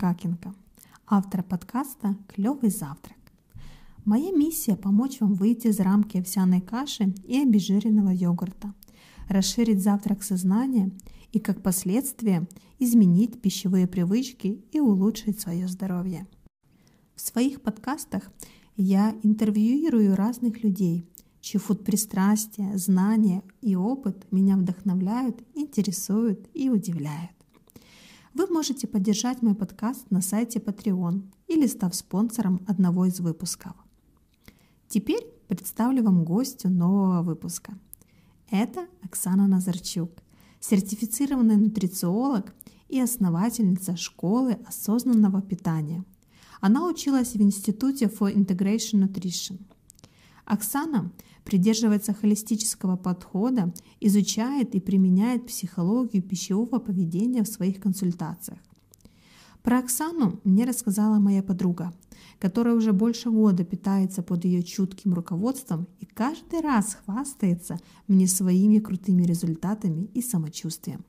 Макакенко, автор подкаста «Клёвый завтрак». Моя миссия – помочь вам выйти из рамки овсяной каши и обезжиренного йогурта, расширить завтрак сознания и, как последствие, изменить пищевые привычки и улучшить свое здоровье. В своих подкастах я интервьюирую разных людей, чьи фуд-пристрастия, знания и опыт меня вдохновляют, интересуют и удивляют. Вы можете поддержать мой подкаст на сайте Patreon или став спонсором одного из выпусков. Теперь представлю вам гостью нового выпуска. Это Оксана Назарчук, сертифицированный нутрициолог и основательница школы осознанного питания. Она училась в Институте for Integration Nutrition. Оксана придерживается холистического подхода, изучает и применяет психологию пищевого поведения в своих консультациях. Про Оксану мне рассказала моя подруга, которая уже больше года питается под ее чутким руководством и каждый раз хвастается мне своими крутыми результатами и самочувствием.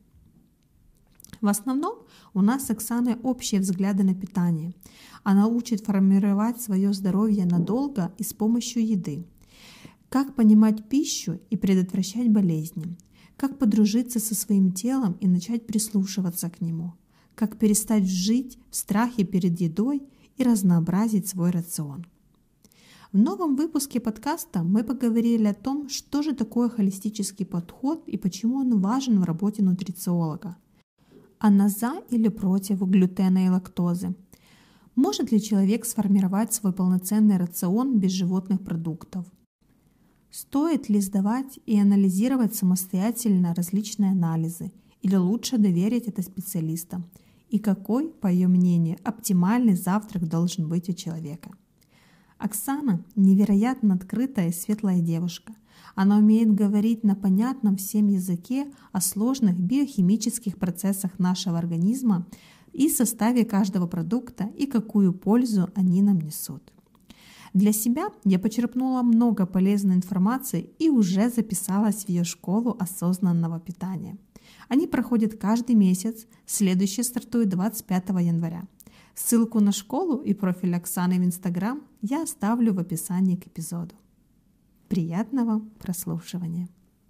В основном у нас с Оксаной общие взгляды на питание. Она учит формировать свое здоровье надолго и с помощью еды. Как понимать пищу и предотвращать болезни. Как подружиться со своим телом и начать прислушиваться к нему. Как перестать жить в страхе перед едой и разнообразить свой рацион. В новом выпуске подкаста мы поговорили о том, что же такое холистический подход и почему он важен в работе нутрициолога. Она за или против глютена и лактозы? Может ли человек сформировать свой полноценный рацион без животных продуктов? Стоит ли сдавать и анализировать самостоятельно различные анализы или лучше доверить это специалистам? И какой, по ее мнению, оптимальный завтрак должен быть у человека? Оксана – невероятно открытая и светлая девушка. Она умеет говорить на понятном всем языке о сложных биохимических процессах нашего организма и составе каждого продукта и какую пользу они нам несут. Для себя я почерпнула много полезной информации и уже записалась в ее школу осознанного питания. Они проходят каждый месяц, следующий стартует 25 января. Ссылку на школу и профиль Оксаны в Инстаграм я оставлю в описании к эпизоду. Приятного прослушивания!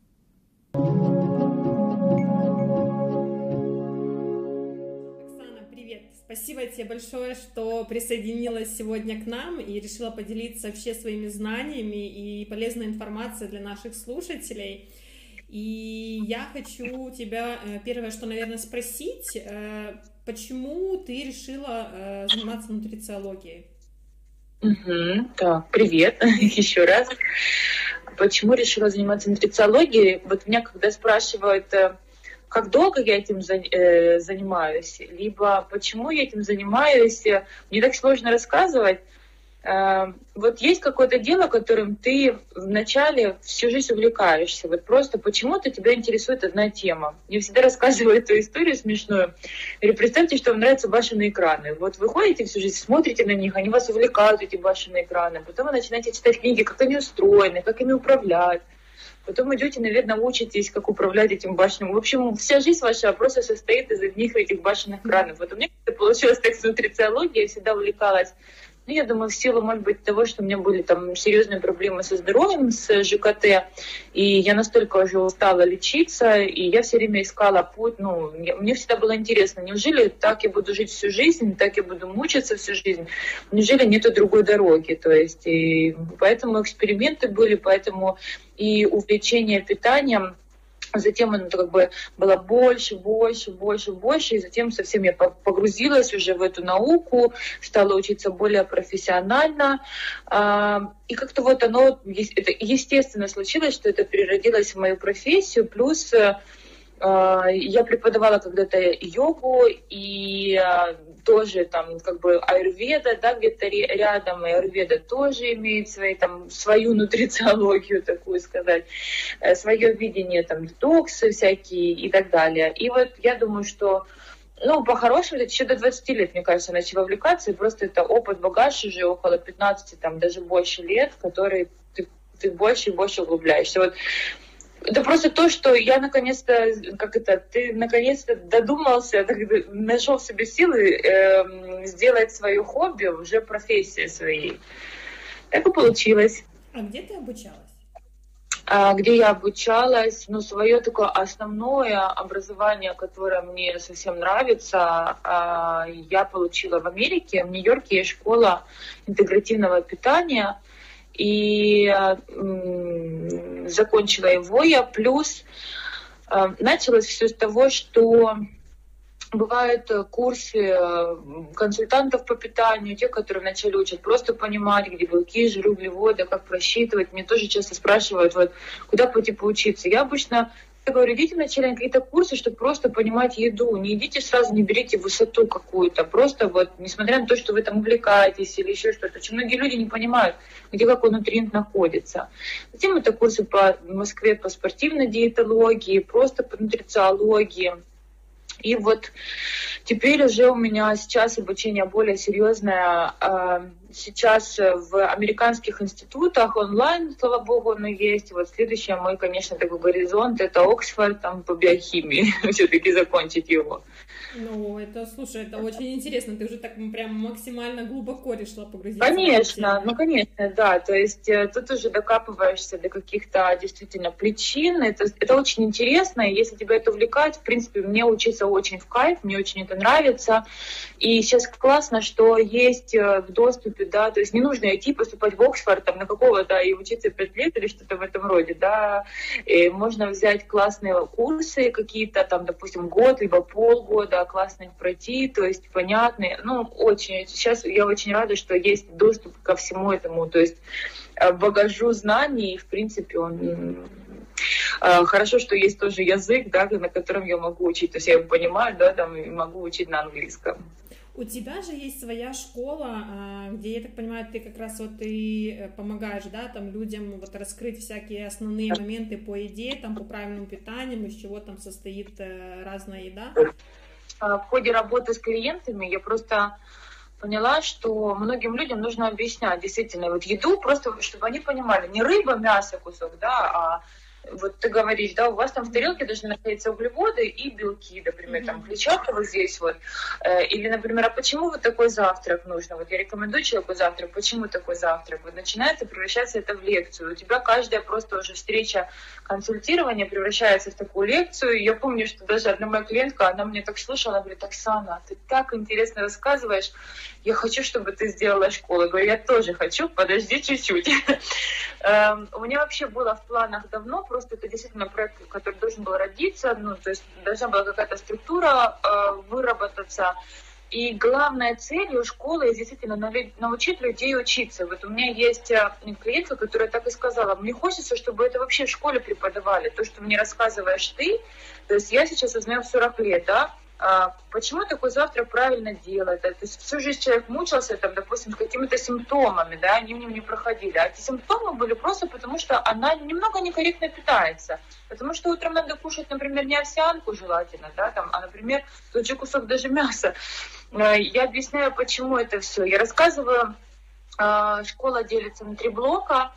Оксана, привет! Спасибо тебе большое, что присоединилась сегодня к нам и решила поделиться вообще своими знаниями и полезной информацией для наших слушателей. И я хочу тебя первое, что, наверное, спросить, почему ты решила заниматься нутрициологией? Так, привет еще раз. Почему решила заниматься нутрициологией? Вот меня когда спрашивают, как долго я этим занимаюсь, либо почему я этим занимаюсь, мне так сложно рассказывать. Вот есть какое-то дело, которым ты вначале всю жизнь увлекаешься. Вот просто почему-то тебя интересует одна тема. Я всегда рассказываю эту историю смешную. Говорю, представьте, что вам нравятся башенные экраны. Вот вы ходите всю жизнь, смотрите на них, они вас увлекают, эти башенные экраны. Потом вы начинаете читать книги, как они устроены, как ими управлять. Потом идете, наверное, учитесь, как управлять этим башенным. В общем, вся жизнь ваша просто состоит из одних этих башенных экранов. Вот у меня получилось так с нутрициологией, я всегда увлекалась. Ну, я думаю, в силу, может быть, того, что у меня были там серьезные проблемы со здоровьем, с ЖКТ, и я настолько уже устала лечиться, и я все время искала путь, мне всегда было интересно, неужели так я буду жить всю жизнь, так я буду мучиться всю жизнь, неужели нету другой дороги, то есть, и поэтому эксперименты были, поэтому и увлечение питанием. Затем оно как бы было больше, и затем совсем я погрузилась уже в эту науку, стала учиться более профессионально. И как-то вот оно, это естественно случилось, что это переродилось в мою профессию, плюс я преподавала когда-то йогу и тоже там как бы аюрведа, да, где-то рядом, и аюрведа тоже имеет свою нутрициологию, такую сказать, свое видение, там, детоксы всякие и так далее. И вот я думаю, что по-хорошему, это еще до 20 лет, мне кажется, начала увлекаться, и просто это опыт, багаж уже около 15, там, даже больше лет, который ты больше и больше углубляешься. Вот Это просто то, что я наконец-то, ты наконец-то додумался, нашел в себе силы сделать свое хобби уже профессией своей. Так и получилось. А где ты обучалась? Где я обучалась, свое такое основное образование, которое мне совсем нравится, я получила в Америке. В Нью-Йорке есть школа интегративного питания, и закончила его я. Плюс началось все с того, что бывают курсы консультантов по питанию, те, которые вначале учат просто понимать, где белки, жиры, углеводы, как просчитывать. Мне тоже часто спрашивают, куда пойти поучиться. Я обычно говорю, идите вначале на какие-то курсы, чтобы просто понимать еду. Не идите сразу, не берите высоту какую-то. Просто несмотря на то, что вы там увлекаетесь или еще что-то. Очень многие люди не понимают, где какой нутринт находится. Затем это курсы по Москве по спортивной диетологии, просто по нутрициологии. И теперь уже у меня сейчас обучение более серьезное. Сейчас в американских институтах онлайн, слава богу, оно есть. Следующий мой, конечно, такой горизонт — это Оксфорд, там по биохимии, все-таки закончить его. Слушай, это очень интересно. Ты уже так прям максимально глубоко решила погрузиться. Конечно, да. То есть тут уже докапываешься до каких-то действительно причин. Это очень интересно. И если тебя это увлекает, в принципе, мне учиться очень в кайф, мне очень это нравится. И сейчас классно, что есть в доступе, да, то есть не нужно идти поступать в Оксфорд там, на какого-то и учиться 5 лет или что-то в этом роде, да. И можно взять классные курсы какие-то, там, допустим, год, либо полгода, классно их пройти, то есть понятные. Сейчас я очень рада, что есть доступ ко всему этому, то есть багажу знаний, в принципе, он... Хорошо, что есть тоже язык, да, на котором я могу учить, то есть я его понимаю, да, там, и могу учить на английском. У тебя же есть своя школа, где, я так понимаю, ты как раз и помогаешь, да, там людям раскрыть всякие основные моменты по еде, там по правильному питанию, из чего там состоит разная еда. В ходе работы с клиентами я просто поняла, что многим людям нужно объяснять действительно еду, просто чтобы они понимали, не рыба, мясо кусок, да, а ты говоришь, да, у вас там в тарелке должны находиться углеводы и белки, например, там клетчатка здесь или, например, а почему такой завтрак нужно? Я рекомендую человеку завтрак, почему такой завтрак? Начинается превращаться это в лекцию. У тебя каждая просто уже встреча консультирования превращается в такую лекцию. Я помню, что даже одна моя клиентка, она мне так слушала, она говорит: Оксана, ты так интересно рассказываешь, я хочу, чтобы ты сделала школу. Я говорю, я тоже хочу, подожди чуть-чуть. У меня вообще было в планах давно, просто это действительно проект, который должен был родиться, то есть должна была какая-то структура выработаться. И главная цель у школы действительно научить людей учиться. У меня есть клиентка, которая так и сказала: мне хочется, чтобы это вообще в школе преподавали. То, что мне рассказываешь ты, то есть я сейчас узнаю в 40 лет, да, почему такой завтрак правильно делать. То есть всю жизнь человек мучился, там, допустим, с какими-то симптомами, да, они в нем не проходили. А эти симптомы были просто потому, что она немного некорректно питается. Потому что утром надо кушать, например, не овсянку желательно, да, там, а, например, тот же кусок даже мяса. Я объясняю, почему это все. Я рассказываю, школа делится на 3 блока.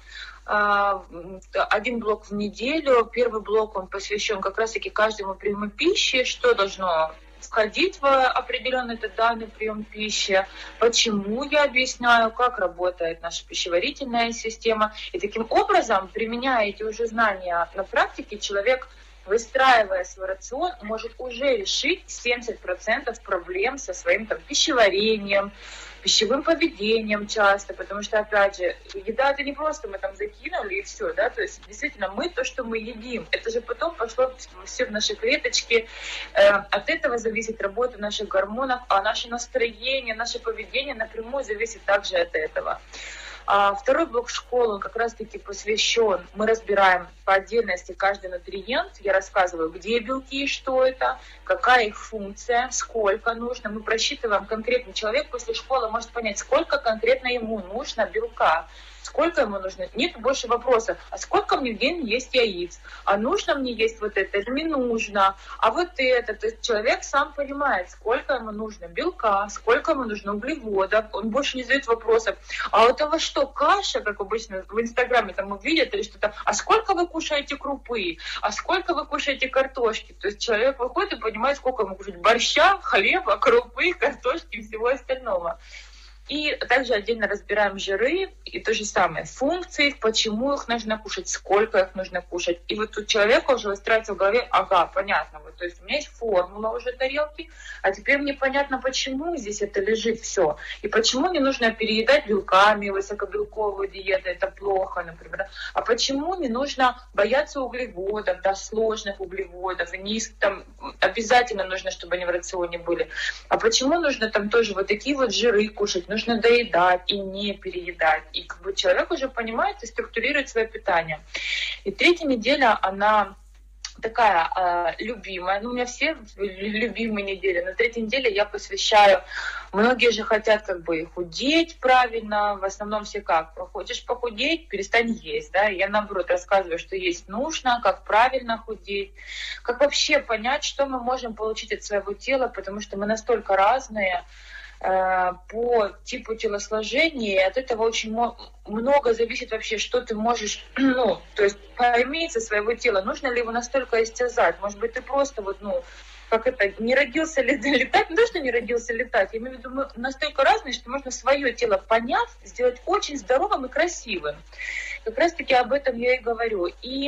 Один блок в неделю. Первый блок, он посвящен как раз-таки каждому приему пищи, что должно входить в определенный данный прием пищи, почему я объясняю, как работает наша пищеварительная система. И таким образом, применяя эти уже знания на практике, человек, выстраивая свой рацион, может уже решить 70% проблем со своим пищеварением, пищевым поведением часто, потому что, опять же, еда — это не просто мы там закинули и все, да, то есть действительно мы то, что мы едим, это же потом пошло все в наши клеточки, от этого зависит работа наших гормонов, а наше настроение, наше поведение напрямую зависит также от этого. Второй блок школы, он как раз-таки посвящен, мы разбираем по отдельности каждый нутриент, я рассказываю, где белки и что это, какая их функция, сколько нужно, мы просчитываем конкретный человек после школы может понять, сколько конкретно ему нужно белка. сколько ему нужно. Нет больше вопроса, а сколько мне в день есть яиц? А нужно мне есть вот это или не нужно? А вот это. То есть человек сам понимает, сколько ему нужно белка, сколько ему нужно углеводов. Он больше не задает вопросов. А вот у вас что, каша, как обычно в Инстаграме там увидят или что-то? А сколько вы кушаете крупы? А сколько вы кушаете картошки? То есть человек выходит и понимает, сколько ему кушать борща, хлеба, крупы, картошки и всего остального. И также отдельно разбираем жиры и то же самое, функции, почему их нужно кушать, сколько их нужно кушать. И вот у человека уже выстраивается в голове, ага, понятно, вот, то есть у меня есть формула уже тарелки, а теперь мне понятно, почему здесь это лежит все. И почему не нужно переедать белками, высокобелковую диету, это плохо, например. А почему не нужно бояться углеводов, да, сложных углеводов, там обязательно нужно, чтобы они в рационе были. А почему нужно там тоже вот такие вот жиры кушать, нужно доедать и не переедать. И как бы человек уже понимает и структурирует свое питание. И третья неделя, она такая любимая. Ну, у меня все любимые недели. На третьей неделе я посвящаю... Многие же хотят как бы худеть правильно. В основном все как? Хочешь похудеть, перестань есть. Да? Я, наоборот, рассказываю, что есть нужно, как правильно худеть. Как вообще понять, что мы можем получить от своего тела, потому что мы настолько разные по типу телосложения, и от этого очень много зависит вообще, что ты можешь, ну, то есть пойми со своего тела, нужно ли его настолько истязать, может быть, ты просто вот, ну, как это, не родился летать, не то, что не родился летать, я имею в виду, мы настолько разные, что можно свое тело, поняв, сделать очень здоровым и красивым. Как раз-таки об этом я и говорю. И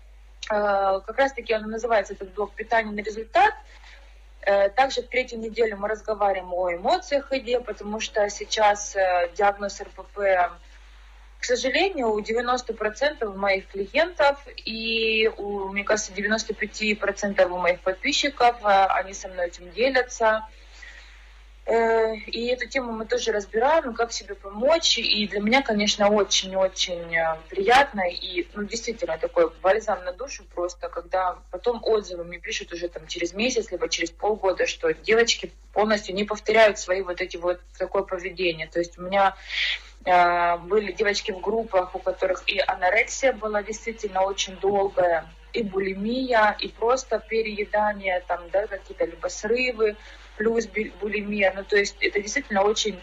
как раз-таки он называется, этот блок «Питание на результат». Также в третью неделю мы разговариваем о эмоциях в еде, потому что сейчас диагноз РПП, к сожалению, у 90% моих клиентов и, мне кажется, 95% у моих подписчиков, они со мной этим делятся. И эту тему мы тоже разбираем, как себе помочь. И для меня, конечно, очень-очень приятно. И, ну, действительно, такой бальзам на душу просто, когда потом отзывы мне пишут уже там через месяц, либо через полгода, что девочки полностью не повторяют свои вот эти вот такое поведение. То есть у меня были девочки в группах, у которых и анорексия была действительно очень долгая, и булимия, и просто переедание, там, да, какие-то либо срывы, плюс булимия. Ну, то есть это действительно очень...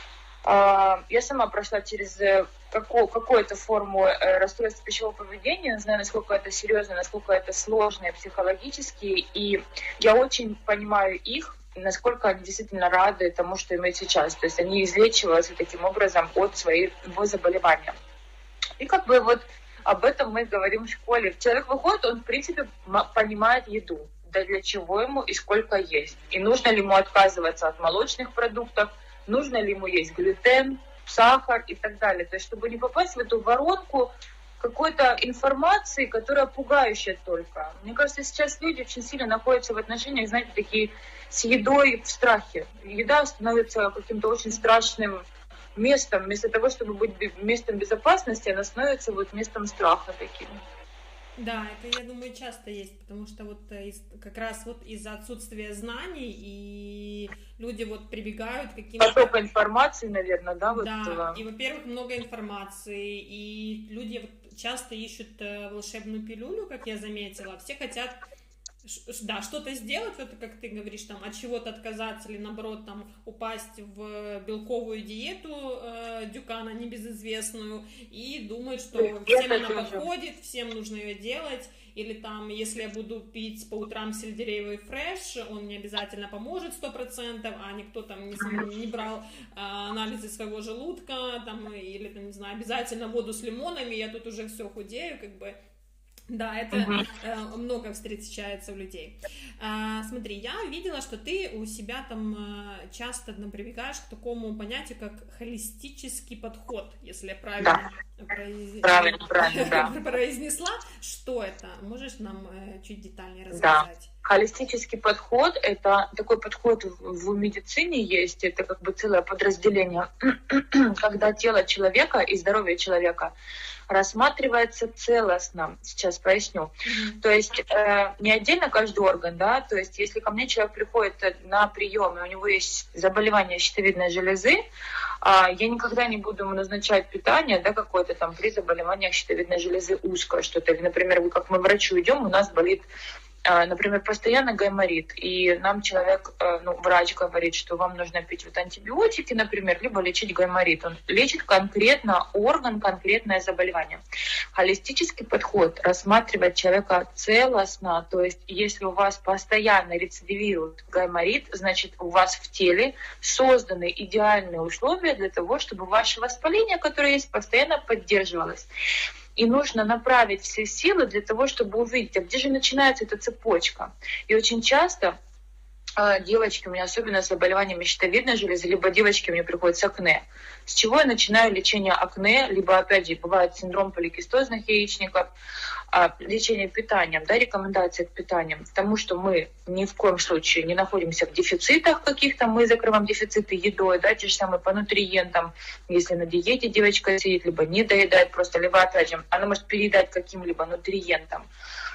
Я сама прошла через какую-то форму расстройства пищевого поведения, знаю, насколько это серьезно, насколько это сложно психологически, и я очень понимаю их, насколько они действительно рады тому, что имеют сейчас. То есть они излечиваются таким образом от своего заболевания. И как бы вот об этом мы говорим в школе. Человек выходит, он в принципе понимает еду, да для чего ему и сколько есть. И нужно ли ему отказываться от молочных продуктов, нужно ли ему есть глютен, сахар и так далее. То есть чтобы не попасть в эту воронку какой-то информации, которая пугающая только. Мне кажется, сейчас люди очень сильно находятся в отношениях, знаете, такие с едой в страхе. Еда становится каким-то очень страшным местом. Вместо того, чтобы быть местом безопасности, она становится вот местом страха таким. Да, это, я думаю, часто есть, потому что вот как раз вот из-за отсутствия знаний и люди вот прибегают к каким-то... Поток информации, наверное, да? Вот да, этого. И, во-первых, много информации, и люди вот часто ищут волшебную пилюлю, как я заметила, все хотят... Да, что-то сделать, вот как ты говоришь, там, от чего-то отказаться или, наоборот, там, упасть в белковую диету Дюкана небезызвестную и думать, что всем она подходит, всем нужно ее делать, или там, если я буду пить по утрам сельдереевый фреш, он мне обязательно поможет 100%, а никто там не брал анализы своего желудка, там, или, там, не знаю, обязательно воду с лимонами, я тут уже все худею, как бы. Да, это много встречается у людей. Смотри, я видела, что ты у себя там часто прибегаешь к такому понятию, как холистический подход, если я правильно произнесла. Что это? Можешь нам чуть детальнее рассказать? Да. Холистический подход – это такой подход в медицине есть, это как бы целое подразделение, когда тело человека и здоровье человека рассматривается целостно. Сейчас поясню. То есть не отдельно каждый орган, да, то есть если ко мне человек приходит на прием, и у него есть заболевание щитовидной железы, я никогда не буду ему назначать питание, да, какое-то там при заболеваниях щитовидной железы узкое что-то. Или, например, как мы к врачу идем, у нас болит, например, постоянно гайморит, и нам человек, врач говорит, что вам нужно пить вот антибиотики, например, либо лечить гайморит. Он лечит конкретно орган, конкретное заболевание. Холистический подход рассматривает человека целостно, то есть если у вас постоянно рецидивирует гайморит, значит у вас в теле созданы идеальные условия для того, чтобы ваше воспаление, которое есть, постоянно поддерживалось. И нужно направить все силы для того, чтобы увидеть, а где же начинается эта цепочка. И очень часто девочки у меня, особенно с заболеваниями щитовидной железы, либо девочки у меня приходят с акне. С чего я начинаю лечение акне, либо, опять же, бывает синдром поликистозных яичников, лечение питанием, да, рекомендации к питанию, потому что мы ни в коем случае не находимся в дефицитах каких-то, мы закрываем дефициты едой, да, те же самые по нутриентам, если на диете девочка сидит, либо не доедает просто, либо, опять же, она может переедать каким-либо нутриентом,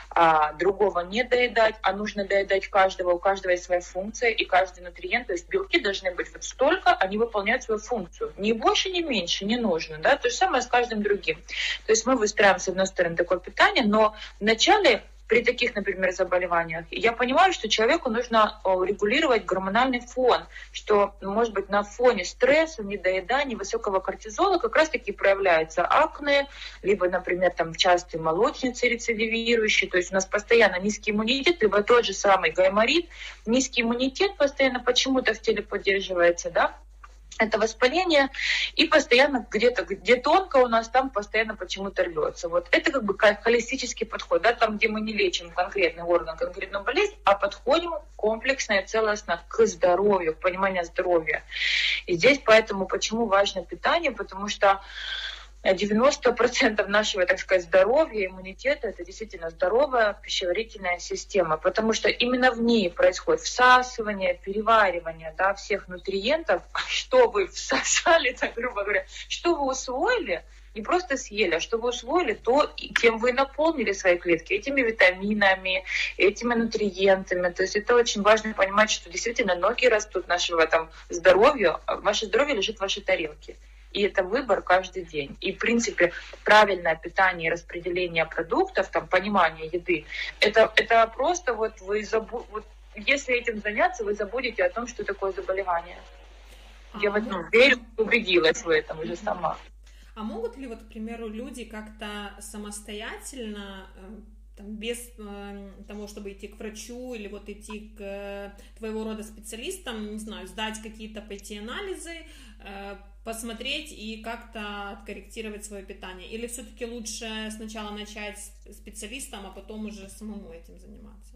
другого не доедать, а нужно доедать каждого, у каждого есть своя функция, и каждый нутриент, то есть белки должны быть вот столько, они выполняют свою функцию. Ни больше, ни меньше, не нужно, да, то же самое с каждым другим. То есть мы выстраиваем, с одной стороны, такое питание, но вначале при таких, например, заболеваниях, я понимаю, что человеку нужно регулировать гормональный фон, что, может быть, на фоне стресса, недоедания, высокого кортизола как раз-таки проявляется акне, либо, например, там частые молочницы рецидивирующие, то есть у нас постоянно низкий иммунитет, либо тот же самый гайморит, низкий иммунитет постоянно почему-то в теле поддерживается, да, это воспаление, и постоянно где-то, где тонко у нас, там постоянно почему-то рвется. Вот это как бы холистический подход, да, там, где мы не лечим конкретный орган, конкретную болезнь, а подходим комплексно и целостно к здоровью, к пониманию здоровья. И здесь поэтому почему важно питание, потому что 90% нашего, так сказать, здоровья, иммунитета — это действительно здоровая пищеварительная система, потому что именно в ней происходит всасывание, переваривание, да, всех нутриентов, что вы всосали, так, грубо говоря, что вы усвоили, не просто съели, а что вы усвоили, то тем вы наполнили свои клетки этими витаминами, этими нутриентами. То есть это очень важно понимать, что действительно ноги растут нашего там здоровья, ваше здоровье лежит в вашей тарелке. И это выбор каждый день. И, в принципе, правильное питание и распределение продуктов, там, понимание еды, это просто вот вы если этим заняться, вы забудете о том, что такое заболевание. Я вот верю, убедилась в этом уже сама. А могут ли, вот, к примеру, люди как-то самостоятельно, без того, чтобы идти к врачу или вот идти к твоего рода специалистам, не знаю, сдать какие-то, пойти анализы, посмотреть и как-то откорректировать свое питание? Или все-таки лучше сначала начать с специалистом, а потом уже самому этим заниматься?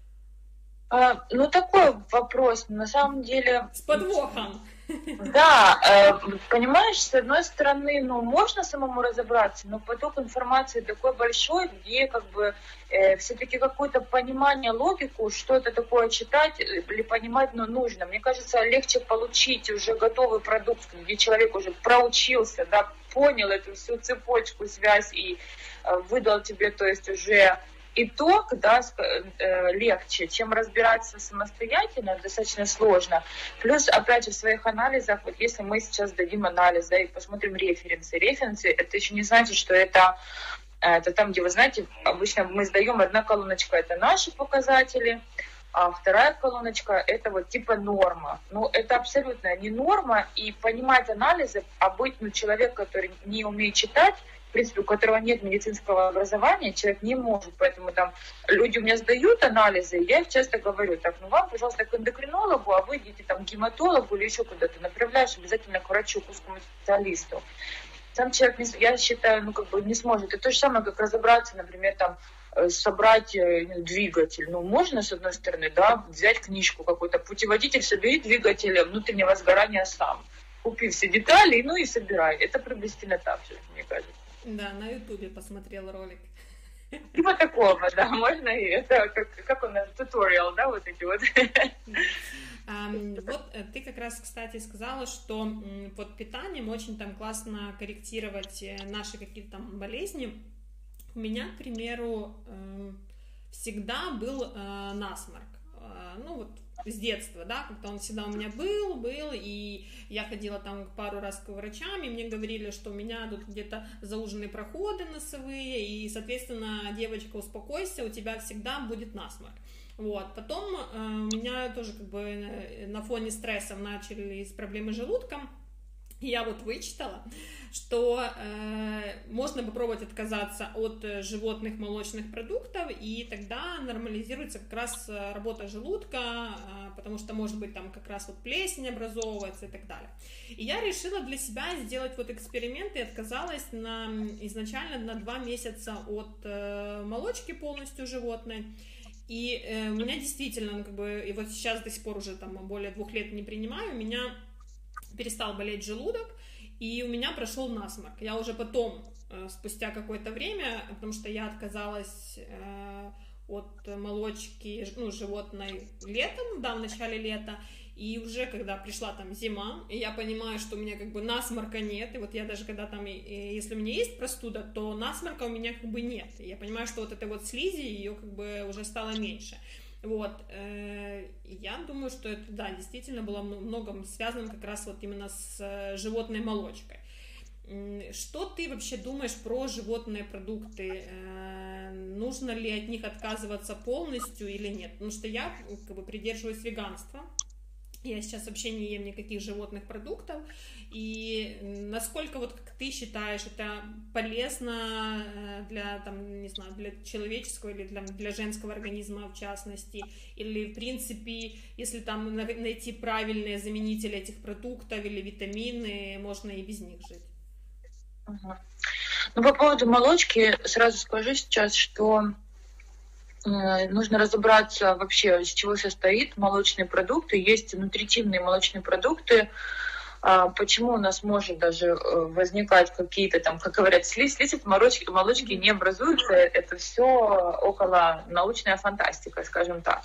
Такой вопрос, на самом деле... С подвохом. Да, понимаешь, с одной стороны, можно самому разобраться, но поток информации такой большой, где как бы все-таки какое-то понимание, логику, что это такое читать или понимать, нужно. Мне кажется, легче получить уже готовый продукт, где человек уже проучился, да, понял эту всю цепочку, связь и выдал тебе, то есть уже итог, да, легче, чем разбираться самостоятельно, достаточно сложно. Плюс, опять же, в своих анализах, вот если мы сейчас дадим анализ, да, и посмотрим референсы. Референсы, это еще не значит, что это там, где, вы знаете, обычно мы сдаем одна колоночка, это наши показатели, а вторая колоночка — это вот типа норма. Это абсолютно не норма, и понимать анализы, а быть человек, который не умеет читать, в принципе, у которого нет медицинского образования, человек не может. Поэтому там люди у меня сдают анализы, я их часто говорю, так, вам, пожалуйста, к эндокринологу, а вы идите там к гематологу или еще куда-то, направляешь обязательно к врачу, к узкому специалисту. Сам человек, я считаю, не сможет. Это то же самое, как разобраться, например, там, собрать двигатель. Можно, с одной стороны, да, взять книжку какой-то, путеводитель, собери двигатель внутреннего сгорания сам. Купи все детали, и собирай. Это приблизительно так же, мне кажется. Да, на Ютубе посмотрел ролик. Типа такого, да, можно и это, как у нас, туториал, да, вот эти вот. Вот ты как раз, кстати, сказала, что под питанием очень там классно корректировать наши какие-то там болезни. У меня, к примеру, всегда был насморк. Ну вот с детства, да, как-то он всегда у меня был, и я ходила там пару раз к врачам, и мне говорили, что у меня тут где-то зауженные проходы носовые, и, соответственно, девочка, успокойся, у тебя всегда будет насморк. Вот, потом у меня тоже как бы на фоне стрессов начались проблемы с желудком. Я вот вычитала, что можно попробовать отказаться от животных молочных продуктов, и тогда нормализируется как раз работа желудка, потому что, может быть, там как раз вот плесень образовывается и так далее. И я решила для себя сделать вот эксперимент и отказалась изначально на 2 месяца от молочки полностью животной. И у меня действительно, ну, как бы, и вот сейчас до сих пор уже там более 2 лет не принимаю, у меня перестал болеть желудок, и у меня прошел насморк. Я уже потом, спустя какое-то время, потому что я отказалась от молочки, ну, животной летом, да, в начале лета, и уже когда пришла там зима, и я понимаю, что у меня как бы насморка нет, и вот я даже когда там, если у меня есть простуда, то насморка у меня как бы нет. И я понимаю, что вот этой вот слизи, ее как бы уже стало меньше. Вот, я думаю, что это, да, действительно было многом связано как раз вот именно с животной молочкой. Что ты вообще думаешь про животные продукты? Нужно ли от них отказываться полностью или нет? Потому что я как бы придерживаюсь веганства. Я сейчас вообще не ем никаких животных продуктов. И насколько, вот как ты считаешь, это полезно для, там, не знаю, для человеческого или для женского организма в частности? Или, в принципе, если там найти правильные заменители этих продуктов или витамины, можно и без них жить? Ну, по поводу молочки сразу скажу сейчас, что нужно разобраться вообще, из чего состоит молочные продукты. Есть нутритивные молочные продукты. Почему у нас может даже возникать какие-то там, как говорят, слизь от молочки не образуется. Это все около научная фантастика, скажем так.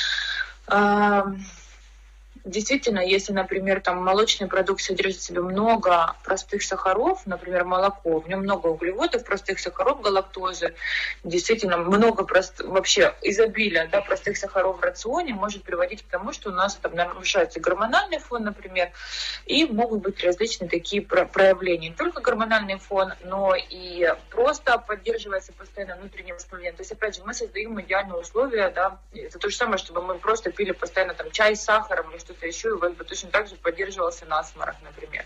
Действительно, если, например, там молочный продукт содержит в себе много простых сахаров, например, молоко, в нем много углеводов, простых сахаров, галактозы, действительно много вообще изобилия, да, простых сахаров в рационе может приводить к тому, что у нас там нарушается гормональный фон, например, и могут быть различные такие проявления. Не только гормональный фон, но и просто поддерживается постоянно внутреннее воспаление. То есть, опять же, мы создаем идеальные условия, да, это то же самое, чтобы мы просто пили постоянно там чай с сахаром или что-то еще, и у вас бы точно так же поддерживался насморк, например.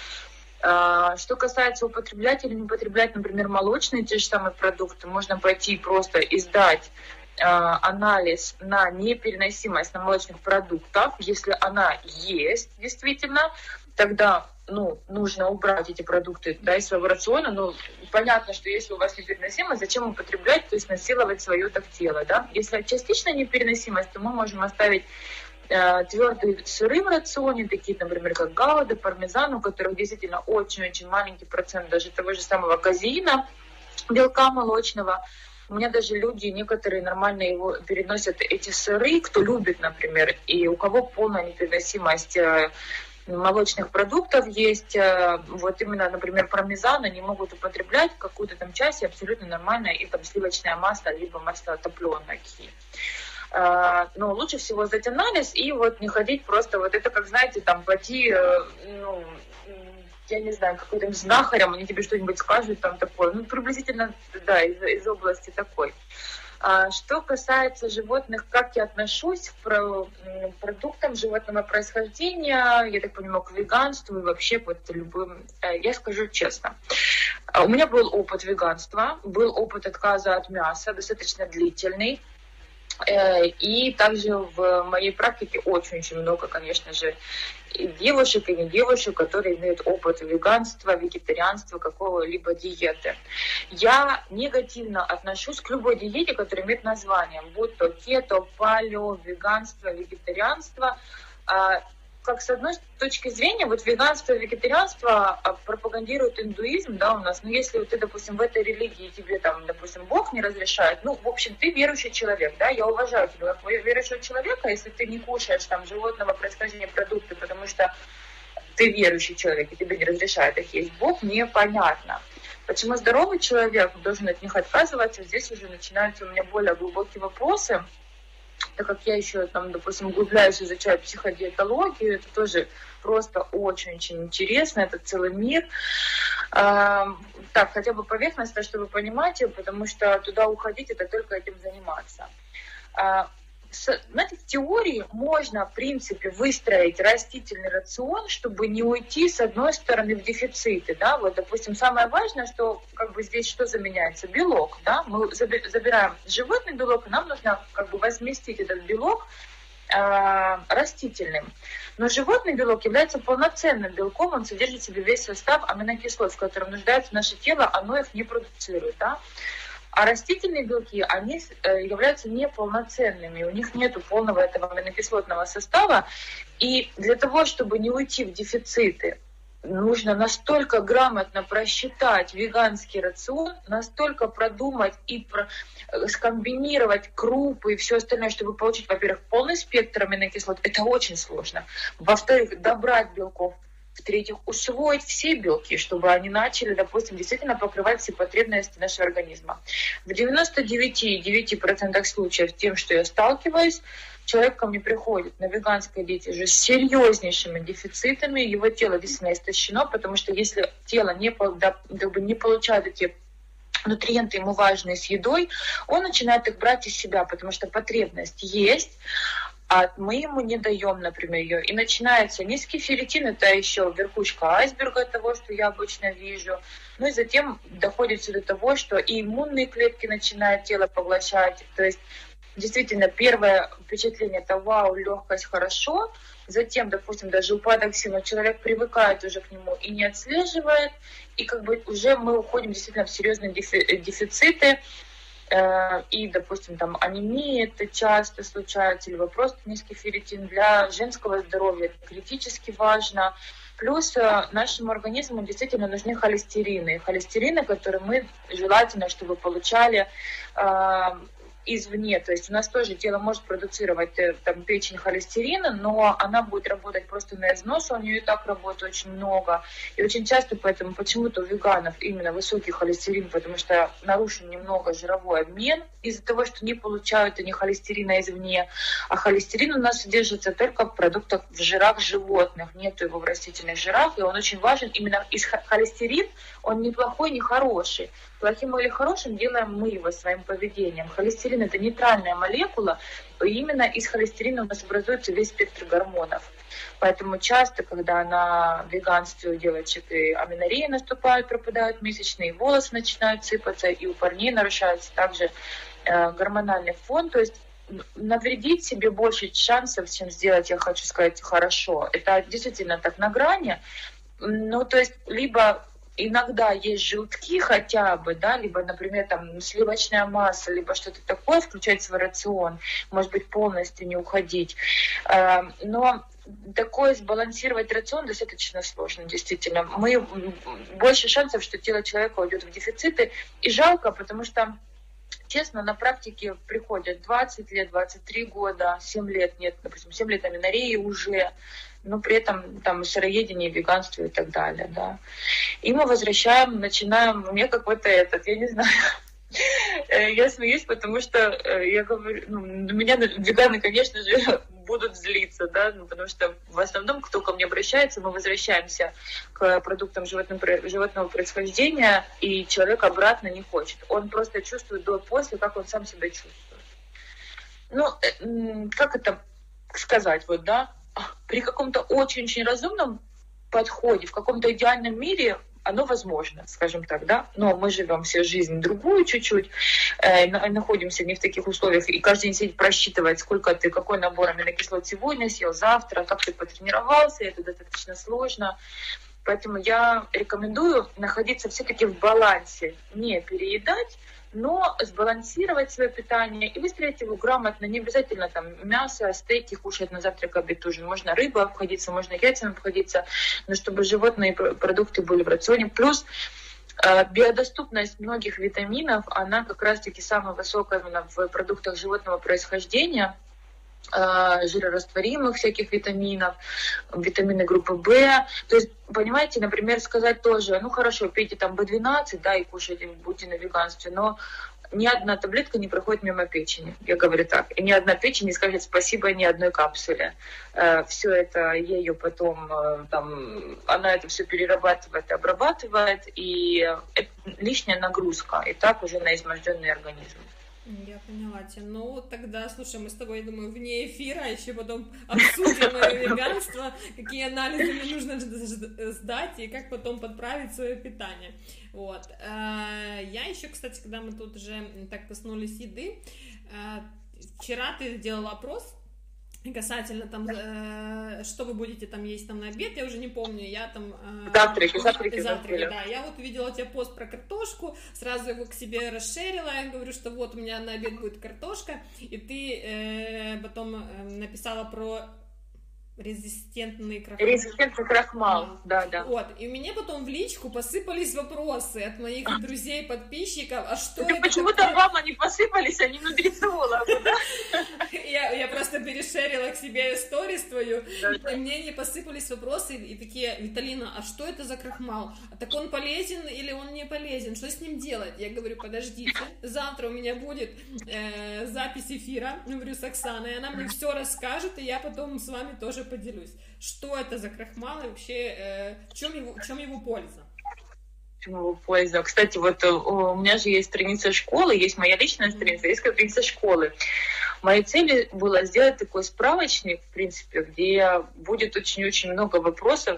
Что касается употреблять или не употреблять, например, молочные те же самые продукты, можно пойти просто и сдать анализ на непереносимость на молочных продуктов. Если она есть действительно, тогда нужно убрать эти продукты, да, из своего рациона. Понятно, что если у вас непереносимость, зачем употреблять, то есть насиловать свое так тело, да. Если частичная непереносимость, то мы можем оставить твердые сыры в рационе, такие, например, как гауда, пармезан, у которых действительно очень-очень маленький процент даже того же самого казеина, белка молочного. У меня даже люди, некоторые нормально его переносят, эти сыры, кто любит, например, и у кого полная непереносимость молочных продуктов есть, вот именно, например, пармезан, они могут употреблять какую-то там часть, и абсолютно нормально, и там сливочное масло, либо масло топленое. Но лучше всего сдать анализ и вот не ходить просто, вот это как, знаете, там пойти, я не знаю, какой-то знахарем, они тебе что-нибудь скажут, там такое, приблизительно, да, из области такой. Что касается животных, как я отношусь к продуктам животного происхождения, я так понимаю, к веганству и вообще к любым, я скажу честно. У меня был опыт веганства, был опыт отказа от мяса, достаточно длительный. И также в моей практике очень-очень много, конечно же, и девушек, и не девушек, которые имеют опыт веганства, вегетарианства, какого-либо диеты. Я негативно отношусь к любой диете, которая имеет название, будь то кето, палео, веганство, вегетарианство. как с одной точки зрения, вот веганство, вегетарианство пропагандирует индуизм, да, у нас, но если ты, допустим, в этой религии тебе там, допустим, Бог не разрешает, ну, в общем, ты верующий человек, да, я уважаю тебя как верующего человека, если ты не кушаешь там животного происхождения продукты, потому что ты верующий человек, и тебе не разрешают их есть, Бог, непонятно. Почему здоровый человек должен от них отказываться, здесь уже начинаются у меня более глубокие вопросы, так как я еще там, допустим, углубляюсь, изучаю психодиетологию, это тоже просто очень-очень интересно, это целый мир. Так, хотя бы поверхностно, чтобы вы понимаете, потому что туда уходить, это только этим заниматься. Знаете, в теории можно, в принципе, выстроить растительный рацион, чтобы не уйти, с одной стороны, в дефициты. Да? Вот, допустим, самое важное, что как бы здесь что заменяется? Белок. Да? Мы забираем животный белок, и нам нужно как бы возместить этот белок растительным. Но животный белок является полноценным белком, он содержит в себе весь состав аминокислот, в котором нуждается наше тело, оно их не продуцирует. Да? А растительные белки, они являются неполноценными, у них нет полного этого аминокислотного состава. И для того, чтобы не уйти в дефициты, нужно настолько грамотно просчитать веганский рацион, настолько продумать и скомбинировать крупы и все остальное, чтобы получить, во-первых, полный спектр аминокислот. Это очень сложно. Во-вторых, добрать белков. В-третьих, усвоить все белки, чтобы они начали, допустим, действительно покрывать все потребности нашего организма. В 99,9% случаев тем, что я сталкиваюсь, человек ко мне приходит на веганской диете уже с серьезнейшими дефицитами, его тело действительно истощено, потому что если тело не получает эти нутриенты ему важные с едой, он начинает их брать из себя, потому что потребность есть, а мы ему не даем, например, ее. И начинается низкий ферритин, это еще верхушка айсберга того, что я обычно вижу. Ну и затем доходит все до того, что и иммунные клетки начинает тело поглощать. То есть действительно первое впечатление это вау, легкость, хорошо. Затем, допустим, даже упадок сил, но человек привыкает уже к нему и не отслеживает. И как бы уже мы уходим действительно в серьезные дефициты. И, допустим, там анемия, это часто случается, либо просто низкий ферритин. Для женского здоровья это критически важно. Плюс нашему организму действительно нужны холестерины. Холестерины, которые мы желательно, чтобы получали извне. То есть у нас тоже тело может продуцировать там, печень холестерина, но она будет работать просто на износ, у нее и так работает очень много. И очень часто поэтому почему-то у веганов именно высокий холестерин, потому что нарушен немного жировой обмен из-за того, что не получают они холестерина извне. А холестерин у нас содержится только в продуктах, в жирах животных, нет его в растительных жирах, и он очень важен. Именно из холестерин, он не плохой, не хороший. Плохим или хорошим делаем мы его своим поведением. Холестерин – это нейтральная молекула, и именно из холестерина у нас образуется весь спектр гормонов. Поэтому часто, когда на веганстве у девочек и аменореи наступают, пропадают месячные, волосы начинают сыпаться, и у парней нарушается также гормональный фон. То есть навредить себе больше шансов, чем сделать, я хочу сказать, хорошо. Это действительно так на грани. Ну, то есть либо иногда есть желтки хотя бы, да, либо, например, там сливочная масса, либо что-то такое включать в свой рацион, может быть, полностью не уходить. Но такое сбалансировать рацион достаточно сложно, действительно. Больше шансов, что тело человека уйдет в дефициты. И жалко, потому что, честно, на практике приходят 20 лет, 23 года, 7 лет, нет, допустим, 7 лет аменореи уже, но при этом там сыроедение, веганство и так далее, да. И мы возвращаем, начинаем, у меня какой-то я не знаю, я смеюсь, потому что я говорю, на меня веганы, конечно же, будут злиться, да, потому что в основном, кто ко мне обращается, мы возвращаемся к продуктам животного происхождения, и человек обратно не хочет. Он просто чувствует до и после, как он сам себя чувствует. Ну, как это сказать, вот, да, при каком-то очень-очень разумном подходе, в каком-то идеальном мире оно возможно, скажем так, да, но мы живем всю жизнь другую чуть-чуть, находимся не в таких условиях, и каждый день сидеть просчитывать, сколько ты, какой набор аминокислот сегодня съел, завтра, как ты потренировался, это достаточно сложно. Поэтому я рекомендую находиться все-таки в балансе, не переедать, но сбалансировать свое питание и выстроить его грамотно. Не обязательно там мясо, стейки кушать на завтрак, обед, ужин. Можно рыбу обходиться, можно яйцами обходиться, но чтобы животные продукты были в рационе. Плюс биодоступность многих витаминов, она как раз-таки самая высокая именно в продуктах животного происхождения, жирорастворимых всяких витаминов, витамины группы В. То есть, понимаете, например, сказать тоже, ну хорошо, пейте там B12, да, и кушайте, будьте на веганстве, но ни одна таблетка не проходит мимо печени, я говорю так. И ни одна печень не скажет спасибо ни одной капсуле. Все это ее потом, там, она это все перерабатывает, обрабатывает, и это лишняя нагрузка, и так уже на изможденный организм. Я поняла тебя. Ну, тогда, слушай, мы с тобой, я думаю, вне эфира еще потом обсудим мое веганство, какие анализы мне нужно сдать и как потом подправить свое питание. Вот. Я еще, кстати, когда мы тут уже так коснулись еды, вчера ты делала опрос касательно там, что вы будете там есть там на обед, я уже не помню, я там... Завтраки, да. Я вот увидела у тебя пост про картошку, сразу его к себе расширила, я говорю, что вот у меня на обед будет картошка, и ты потом написала про резистентный крахмал. Резистентный крахмал, да. Вот, и мне потом в личку посыпались вопросы от моих друзей, подписчиков, а что это почему-то такое? вам они посыпались, они нутрициологу, да? Я просто перешерила к себе сторис твою, и мне не посыпались вопросы, и такие, Виталина, а что это за крахмал? Так он полезен или он не полезен? Что с ним делать? Я говорю, подождите, завтра у меня будет запись эфира, говорю, с Оксаной, она мне все расскажет, и я потом с вами тоже поделюсь. Что это за крахмал и вообще в чем его польза? Польза. Кстати, вот у меня же есть страница школы, есть моя личная страница, есть страница школы. Моей целью было сделать такой справочник, в принципе, где будет очень-очень много вопросов,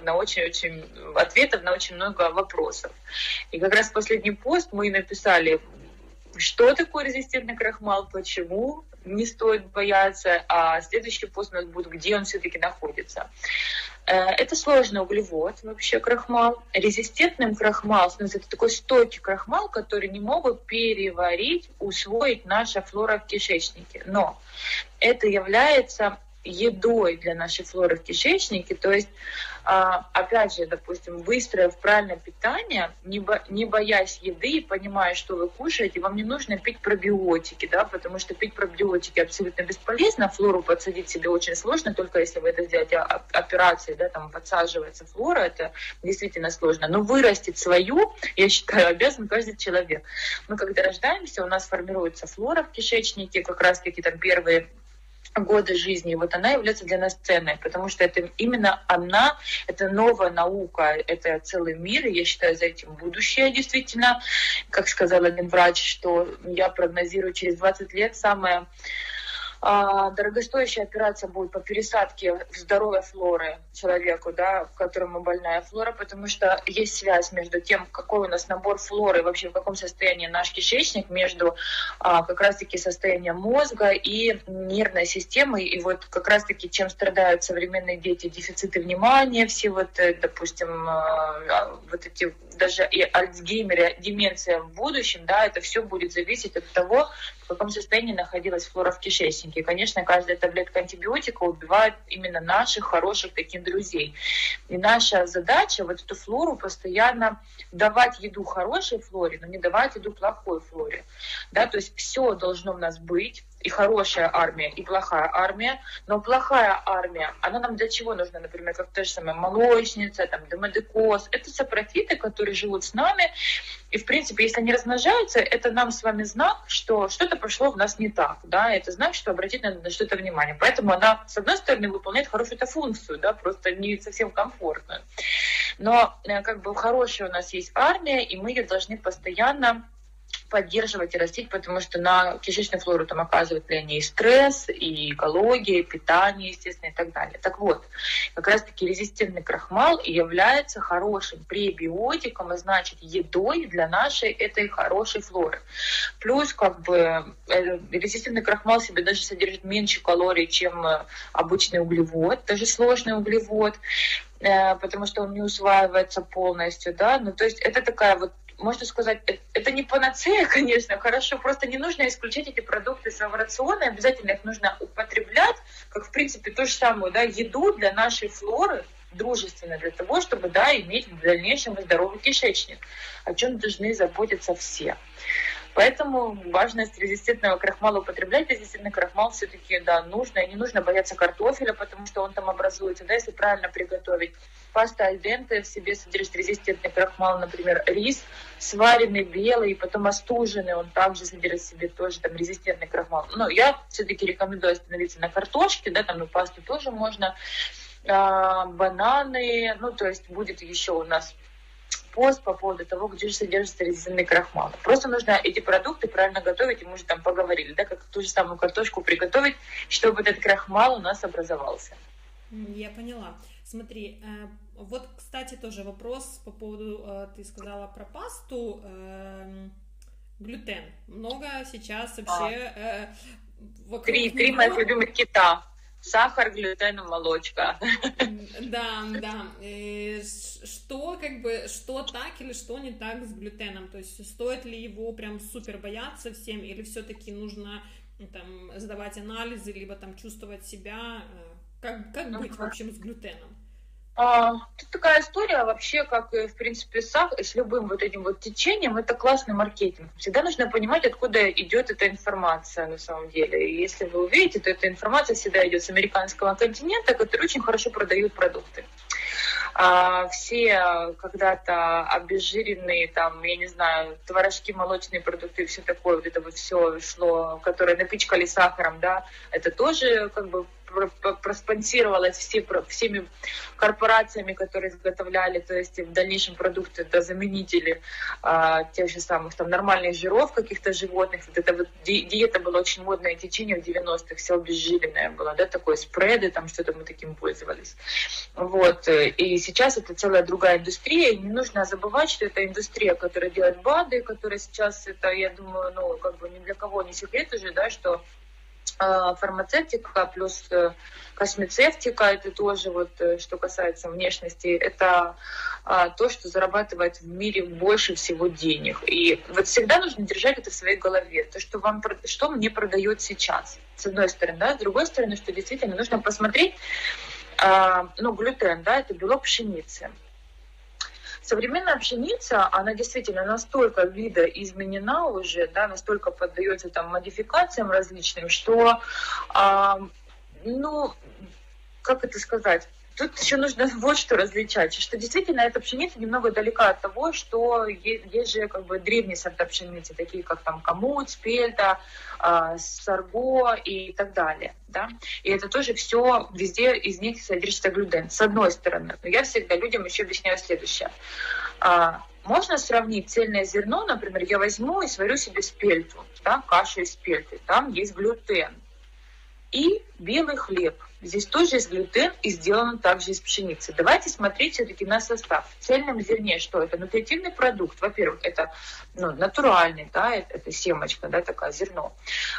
ответов на очень много вопросов. И как раз в последний пост мы написали, что такое резистентный крахмал, почему не стоит бояться, а следующий пост у нас будет, где он все-таки находится. Это сложный углевод, вообще крахмал. Резистентным крахмал, это такой стойкий крахмал, который не могут переварить, усвоить наша флора в кишечнике. Но это является едой для нашей флоры в кишечнике, то есть, опять же, допустим, выстроив правильное питание, не боясь еды и понимая, что вы кушаете, вам не нужно пить пробиотики, да, потому что пить пробиотики абсолютно бесполезно, флору подсадить себе очень сложно, только если вы это сделаете операцией, да, там подсаживается флора, это действительно сложно, но вырастить свою, я считаю, обязан каждый человек. Мы когда рождаемся, у нас формируется флора в кишечнике, как раз-таки там первые годы жизни, вот она является для нас ценной, потому что это именно она, это новая наука, это целый мир, и я считаю, за этим будущее действительно. Как сказал один врач, что я прогнозирую через 20 лет самое дорогостоящая операция будет по пересадке здоровой флоры человеку, да, в котором больная флора, потому что есть связь между тем, какой у нас набор флоры, вообще в каком состоянии наш кишечник, между как раз-таки состоянием мозга и нервной системы. И вот как раз-таки чем страдают современные дети, дефициты внимания, все вот, допустим, вот эти даже и Альцгеймер, деменция в будущем, да, это все будет зависеть от того, в каком состоянии находилась флора в кишечнике. И, конечно, каждая таблетка антибиотика убивает именно наших хороших таких друзей. И наша задача вот эту флору постоянно давать еду хорошей флоре, но не давать еду плохой флоре. Да, то есть все должно у нас быть, и хорошая армия, и плохая армия. Но плохая армия, она нам для чего нужна? Например, как та же самая молочница, там, демодекоз. Это сапрофиты, которые живут с нами. И, в принципе, если они размножаются, это нам с вами знак, что что-то пошло в нас не так. Да? Это знак, что обратить надо на что-то внимание. Поэтому она, с одной стороны, выполняет хорошую-то функцию, да? Просто не совсем комфортную. Но как бы хорошая у нас есть армия, и мы ее должны постоянно поддерживать и растить, потому что на кишечную флору там оказывает влияние и стресс, и экология, и питание, естественно, и так далее. Так вот, как раз-таки резистентный крахмал является хорошим пребиотиком, и значит едой для нашей этой хорошей флоры. Плюс как бы резистентный крахмал в себе даже содержит меньше калорий, чем обычный углевод, даже сложный углевод, потому что он не усваивается полностью, да, ну то есть это такая вот можно сказать, это не панацея, конечно, хорошо, просто не нужно исключать эти продукты из своего рациона, обязательно их нужно употреблять, как, в принципе, ту же самую, да, еду для нашей флоры, дружественно для того, чтобы, да, иметь в дальнейшем здоровый кишечник, о чем должны заботиться все. Поэтому важность резистентного крахмала употреблять. Резистентный крахмал все-таки, да, нужно. И не нужно бояться картофеля, потому что он там образуется, да, если правильно приготовить. Паста аль денте в себе содержит резистентный крахмал, например, рис, сваренный белый, и потом остуженный, он также содержит в себе тоже там резистентный крахмал. Но я все-таки рекомендую остановиться на картошке, да, там и пасту тоже можно, бананы, ну, то есть будет еще у нас пост по поводу того, где же содержится резистентный крахмал. Просто нужно эти продукты правильно готовить, и мы уже там поговорили, да, как ту же самую картошку приготовить, чтобы этот крахмал у нас образовался. Я поняла. Смотри, вот, кстати, тоже вопрос по поводу, ты сказала про пасту, глютен. Много сейчас вообще вокруг Три моих любимых кита. Сахар, глютен, молочка. Да. Что так или что не так с глютеном? То есть стоит ли его прям супер бояться всем, или все-таки нужно там сдавать анализы, либо там чувствовать себя? Как быть, в общем, с глютеном? Тут такая история вообще, как, в принципе, с любым вот этим вот течением, это классный маркетинг. Всегда нужно понимать, откуда идет эта информация на самом деле. И если вы увидите, то эта информация всегда идет с американского континента, который очень хорошо продают продукты. Все когда-то обезжиренные, там, я не знаю, творожки, молочные продукты, все такое, вот это вот все шло, которое напичкали сахаром, да, это тоже как бы проспонсировалось всеми корпорациями, которые изготовляли, то есть в дальнейшем продукты, да, заменители тех же самых там нормальных жиров каких-то животных. Вот это вот диета была очень модное течение в 90-х, все обезжиренное было, да, такое спреды, там что-то мы таким пользовались. Вот, и сейчас это целая другая индустрия, и не нужно забывать, что это индустрия, которая делает БАДы, которая сейчас, это, я думаю, ну, как бы ни для кого не секрет уже, да, что фармацевтика плюс космецевтика, это тоже вот, что касается внешности, это то, что зарабатывает в мире больше всего денег. И вот всегда нужно держать это в своей голове, то, что мне продает сейчас, с одной стороны, да, с другой стороны, что действительно нужно посмотреть, ну, глютен, да, это белок пшеницы. Современная пшеница, она действительно настолько видоизменена уже, да, настолько поддается там модификациям различным, что, ну, как это сказать, тут еще нужно вот что различать, что действительно эта пшеница немного далека от того, что есть же как бы древние сорта пшеницы, такие как там камут, спельта, сорго и так далее, да, и это тоже все, везде из них содержится глютен, с одной стороны, но я всегда людям еще объясняю следующее. Можно сравнить цельное зерно, например, я возьму и сварю себе спельту, да, кашу из спельты, там есть глютен, и белый хлеб. Здесь тоже есть глютен и сделан также из пшеницы. Давайте смотреть все-таки на состав. В цельном зерне что? Это нутритивный продукт. Во-первых, это натуральный, да, это семечка, да, такое зерно.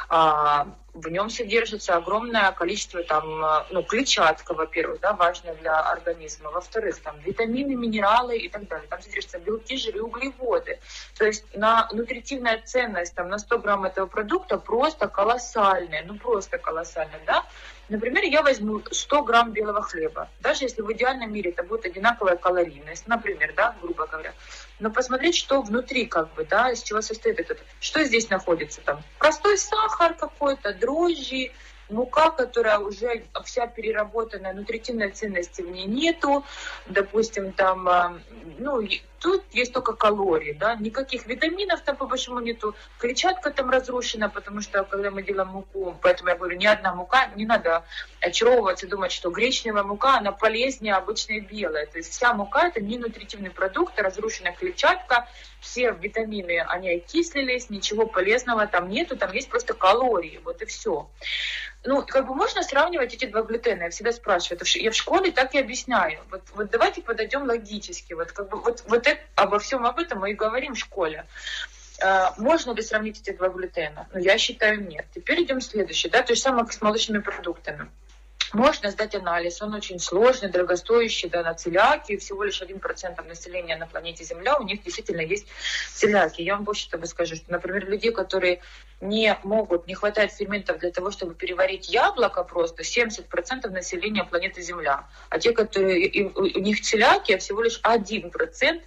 В нем содержится огромное количество там, клетчатка, во-первых, да, важная для организма. Во-вторых, там витамины, минералы и так далее. Там содержатся белки, жиры, углеводы. То есть нутритивная ценность там, на 100 грамм этого продукта просто колоссальная. Ну, просто колоссальная, да. Например, я возьму 100 грамм белого хлеба. Даже если в идеальном мире это будет одинаковая калорийность, например, да, грубо говоря. Но посмотреть, что внутри, как бы, да, из чего состоит этот. Что здесь находится там? Простой сахар какой-то, дрожжи, мука, которая уже вся переработанная, нутритивной ценности в ней нету. Допустим, там, тут есть только калории, да, никаких витаминов там по большому нету. Клетчатка там разрушена, потому что когда мы делаем муку, поэтому я говорю, ни одна мука, не надо очаровываться и думать, что гречневая мука, она полезнее обычной белой. То есть вся мука это не нутритивный продукт, разрушена клетчатка, все витамины, они окислились, ничего полезного там нету, там есть просто калории, вот и все. Ну, как бы можно сравнивать эти два глютена, я всегда спрашиваю, я в школе так и объясняю. Вот давайте подойдем логически, вот как бы вот это, обо всем об этом мы и говорим в школе. Можно ли сравнить эти два глютена? Ну, я считаю, нет. Теперь идем следующее, да, то же самое с молочными продуктами. можно сдать анализ, он очень сложный, дорогостоящий, да, на целиакию, всего лишь 1% населения на планете Земля, у них действительно есть целиакия. Я вам больше того скажу, что, например, людей, которые не хватает ферментов для того, чтобы переварить яблоко просто, 70% населения планеты Земля. А те, которые, у них целиакия, всего лишь 1%,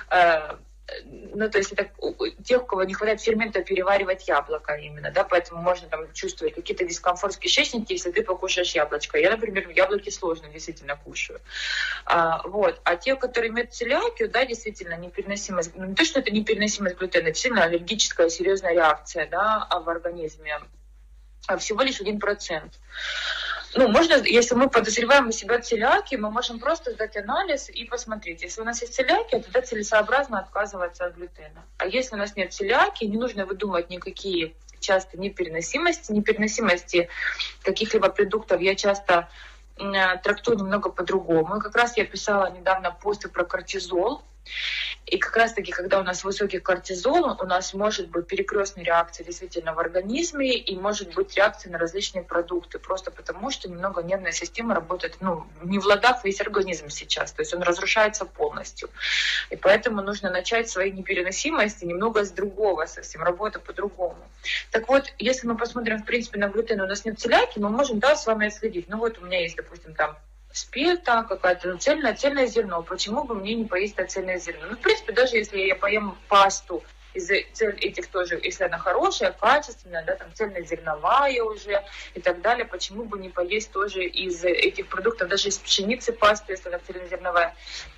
ну, то есть это тех, у кого не хватает фермента переваривать яблоко именно, да, поэтому можно там чувствовать какие-то дискомфорт в кишечнике, если ты покушаешь яблочко. Я, например, яблоки сложно действительно кушаю. Вот. А те, которые имеют целиакию, да, действительно, непереносимость, ну, не то, что это непереносимость глютена, это сильно аллергическая серьезная реакция, да, в организме, а всего лишь 1%. Ну, можно, если мы подозреваем у себя целиакию, мы можем просто сдать анализ и посмотреть. Если у нас есть целиакия, тогда целесообразно отказываться от глютена. А если у нас нет целиакии, не нужно выдумывать никакие часто непереносимости каких-либо продуктов. Я часто трактую немного по-другому. И как раз я писала недавно посты про кортизол. И как раз-таки, когда у нас высокий кортизол, у нас может быть перекрестная реакция действительно в организме и может быть реакция на различные продукты, просто потому что немного нервная система работает, ну, не в ладах весь организм сейчас, то есть он разрушается полностью. И поэтому нужно начать свои непереносимости немного с другого совсем, работа по-другому. Так вот, если мы посмотрим, в принципе, на глютен, у нас нет целиакии, мы можем, да, с вами отследить. Ну вот у меня есть, допустим, там спельта какая-то, ну, цельное зерно. Почему бы мне не поесть цельное зерно? Ну, в принципе, даже если я поем пасту из этих тоже, если она хорошая, качественная, да, там цельнозерновая уже и так далее, почему бы не поесть тоже из этих продуктов, даже из пшеницы пасту, если она цельнозерновая.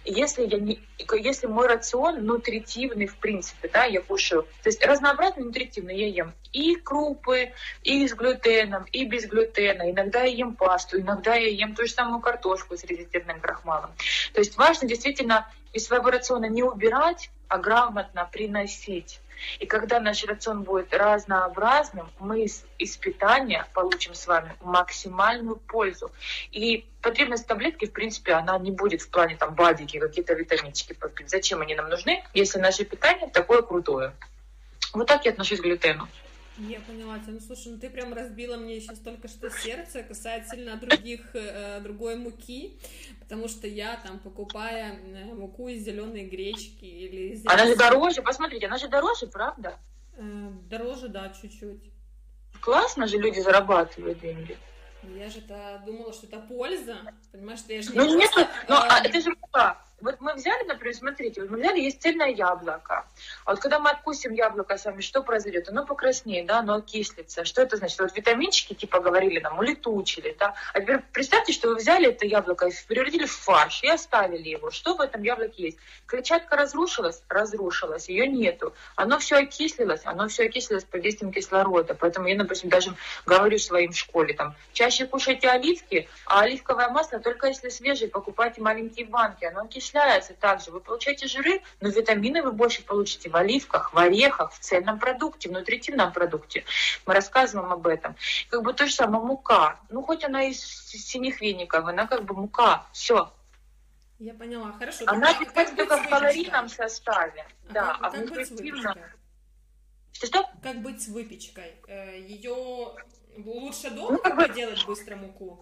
Если мой рацион нутритивный, в принципе, да, я кушаю, то есть разнообразный нутритивный, я ем и крупы, и с глютеном, и без глютена, иногда я ем пасту, иногда я ем ту же самую картошку с резистентным крахмалом. То есть важно действительно из своего рациона не убирать, а грамотно приносить. И когда наш рацион будет разнообразным, мы из питания получим с вами максимальную пользу. И потребность в таблетке, в принципе, она не будет в плане там БАДики, какие-то витаминчики попить. Зачем они нам нужны, если наше питание такое крутое? Вот так я отношусь к глютену. Я поняла тебя. Ну, слушай, ну ты прям разбила мне сейчас только что сердце касательно другой муки, потому что я там, покупая муку из зеленой гречки или из... Она же дороже, посмотрите, она же дороже, правда? Дороже, да, чуть-чуть. Классно же люди зарабатывают деньги. Я же-то думала, что это польза, понимаешь, что я же не ну, просто... Нет, это же мука. Вот мы взяли, например, смотрите, вот мы взяли, есть цельное яблоко. А вот когда мы откусим яблоко с вами, что произойдет? Оно покраснеет, да, оно окислится. Что это значит? Вот витаминчики, типа, говорили нам, улетучили, да. А теперь представьте, что вы взяли это яблоко и превратили в фарш и оставили его. Что в этом яблоке есть? Клетчатка разрушилась? Разрушилась, ее нету. Оно все окислилось под действием кислорода. Поэтому я, допустим, даже говорю своим в школе, там, чаще кушайте оливки, а оливковое масло только если свежее, покупайте маленькие банки, оно окисляется также. Вы получаете жиры, но витамины вы больше получите в оливках, в орехах, в цельном продукте, в нутритивном продукте. Мы рассказываем об этом. Как бы то же самое мука. Ну, хоть она из синих веников, она как бы мука. Все. Я поняла. Хорошо. Она питается только в калорийном составе. Да, а как нутритивно... Что? Как быть с выпечкой? Ее лучше дома делать быстро муку?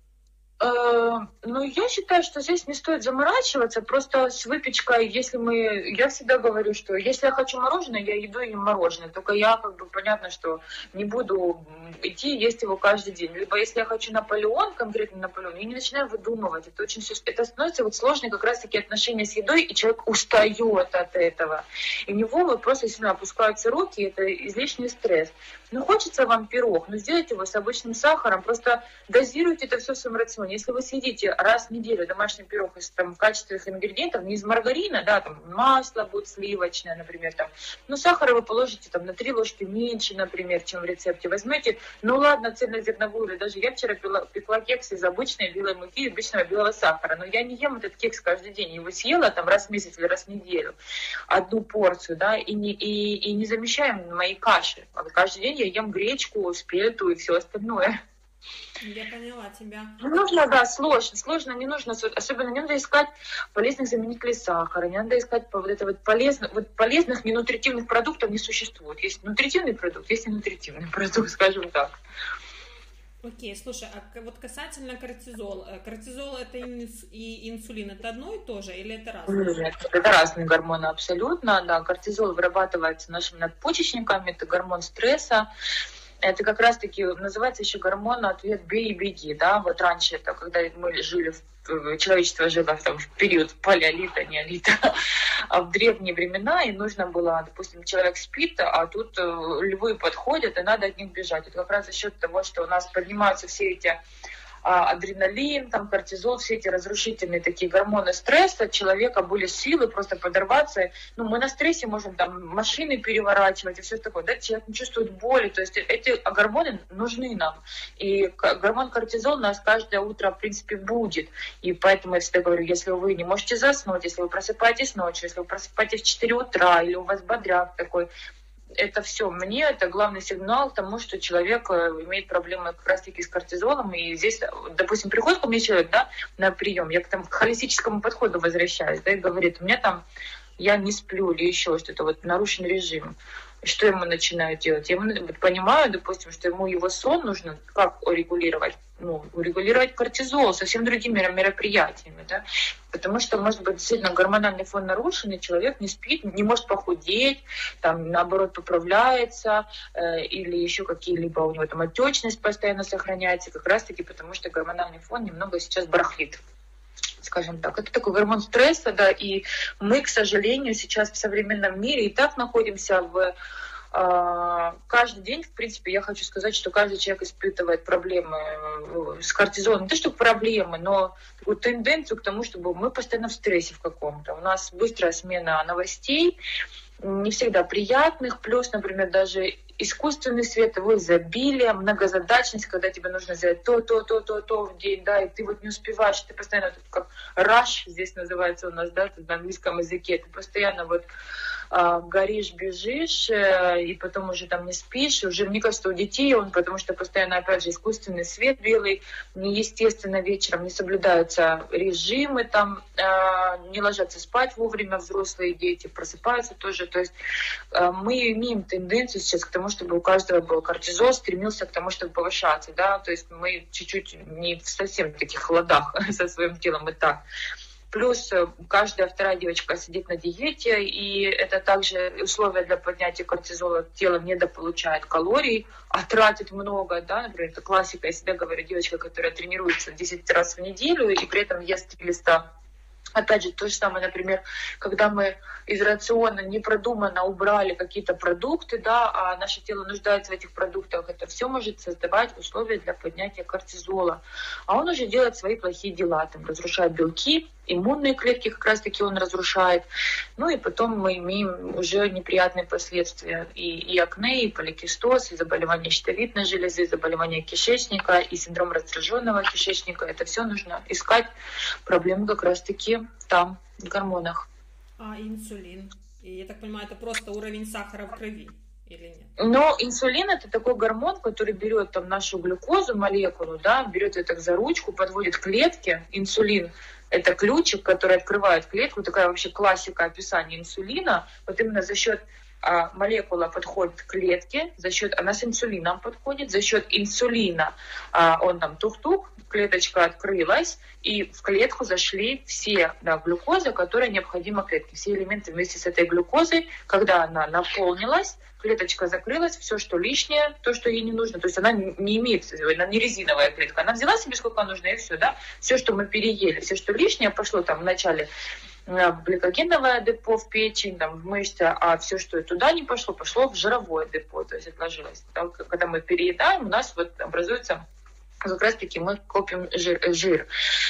Ну, я считаю, что здесь не стоит заморачиваться. Просто с выпечкой, я всегда говорю, что если я хочу мороженое, я иду и ем мороженое. Только я, как бы, понятно, что не буду идти есть его каждый день. Либо если я хочу Наполеон, конкретно Наполеон, я не начинаю выдумывать. Это становится вот сложные как раз-таки отношения с едой, и человек устает от этого. И у него вот просто сильно опускаются руки, и это излишний стресс. Ну, хочется вам пирог, но сделайте его с обычным сахаром, просто дозируйте это все в своем рационе. Если вы съедите раз в неделю домашний пирог из там, качественных ингредиентов, не из маргарина, да, там масло будет сливочное, например, там, но сахара вы положите там, на 3 ложки меньше, например, чем в рецепте. Возьмете, ну ладно, цельнозерновую, или даже я вчера пекла кекс из обычной белой муки и обычного белого сахара, но я не ем этот кекс каждый день, его съела там раз в месяц или раз в неделю, одну порцию, да, и не замещаем мои каши. Каждый день я ем гречку, спельту и все остальное. Я поняла тебя. Нужно, да, сложно, не нужно, особенно не надо искать полезных заменителей сахара, не надо искать полезных ненутритивных продуктов не существует. Есть нутритивный продукт, есть ненутритивный продукт, скажем так. Окей, слушай, а вот касательно кортизол. Кортизол это и инсулин, это одно и то же или это разное? Нет, это разные гормоны абсолютно. Да, кортизол вырабатывается нашими надпочечниками, это гормон стресса. Это как раз-таки называется еще гормон ответ «бей и беги». Да? Вот раньше, это, когда мы жили, человечество жило там, в период палеолита, неолита, а в древние времена, и нужно было, допустим, человек спит, а тут львы подходят, и надо от них бежать. Это как раз за счет того, что у нас поднимаются все эти адреналин, там, кортизол, все эти разрушительные такие гормоны стресса, человека были силы просто подорваться. Ну, мы на стрессе можем там машины переворачивать и все такое. Да? Человек не чувствует боли. То есть эти гормоны нужны нам. И гормон кортизол у нас каждое утро, в принципе, будет. И поэтому я всегда говорю, если вы не можете заснуть, если вы просыпаетесь ночью, если вы просыпаетесь в 4 утра, или у вас бодряк такой, это все мне, это главный сигнал к тому, что человек имеет проблемы как раз-таки с кортизолом. И здесь, допустим, приходит ко мне человек, да, на прием, я к холистическому подходу возвращаюсь, да, и говорит, у меня там, я не сплю или еще что-то, вот нарушен режим. Что ему начинаю делать? Я ему понимаю, допустим, что ему его сон нужно как урегулировать? Ну, урегулировать кортизол совсем другими мероприятиями, да? Потому что, может быть, действительно гормональный фон нарушен, и человек не спит, не может похудеть, там, наоборот, поправляется, или еще какие-либо у него там отечность постоянно сохраняется, как раз-таки потому, что гормональный фон немного сейчас барахлит, скажем так. Это такой гормон стресса, да, и мы, к сожалению, сейчас в современном мире и так находимся в... Каждый день, в принципе, я хочу сказать, что каждый человек испытывает проблемы с кортизолом. Не то, что проблемы, но такую тенденцию к тому, чтобы мы постоянно в стрессе в каком-то. У нас быстрая смена новостей, не всегда приятных, плюс, например, даже искусственный свет, его изобилие, многозадачность, когда тебе нужно сделать то в день, да, и ты вот не успеваешь, ты постоянно, как rush здесь называется у нас, да, на английском языке, ты постоянно вот горишь, бежишь, и потом уже там не спишь. И уже, мне кажется, у детей он, потому что постоянно, опять же, искусственный свет белый, неестественно вечером не соблюдаются режимы, там не ложатся спать вовремя взрослые дети, просыпаются тоже. То есть мы имеем тенденцию сейчас к тому, чтобы у каждого был кортизол, стремился к тому, чтобы повышаться, да, то есть мы чуть-чуть не в совсем таких ладах со своим телом и так. Плюс каждая вторая девочка сидит на диете, и это также условия для поднятия кортизола. Тело недополучает калорий, а тратит много. Да? Например, это классика. Я всегда говорю, девочка, которая тренируется 10 раз в неделю и при этом ест 3 листа. Опять же, то же самое, например, когда мы из рациона непродуманно убрали какие-то продукты, да, а наше тело нуждается в этих продуктах, это все может создавать условия для поднятия кортизола. А он уже делает свои плохие дела, там, разрушает белки, иммунные клетки как раз-таки он разрушает. Ну и потом мы имеем уже неприятные последствия. И акне, и поликистоз, и заболевание щитовидной железы, и заболевание кишечника, и синдром раздраженного кишечника. Это все нужно искать проблемы как раз-таки там, в гормонах. А инсулин? И, я так понимаю, это просто уровень сахара в крови или нет? Но инсулин — это такой гормон, который берет там нашу глюкозу, молекулу, да, берет ее так за ручку, подводит к клетке. Инсулин — это ключик, который открывает клетку. Такая вообще классика описания инсулина. Вот именно за счет молекула подходит к клетке, за счет она с инсулином подходит, за счет инсулина он там тух-тух, клеточка открылась, и в клетку зашли все глюкозы, которые необходимы клетке, все элементы вместе с этой глюкозой. Когда она наполнилась, клеточка закрылась, все, что лишнее, то, что ей не нужно, то есть она не имеет, она не резиновая клетка, она взяла себе сколько нужно, и все, да, все, что мы переели, все, что лишнее, пошло там вначале в гликогеновое депо, в печень, там, в мышцы, а все, что туда не пошло, пошло в жировое депо, то есть отложилось. Когда мы переедаем, у нас вот образуется, как раз-таки мы копим жир.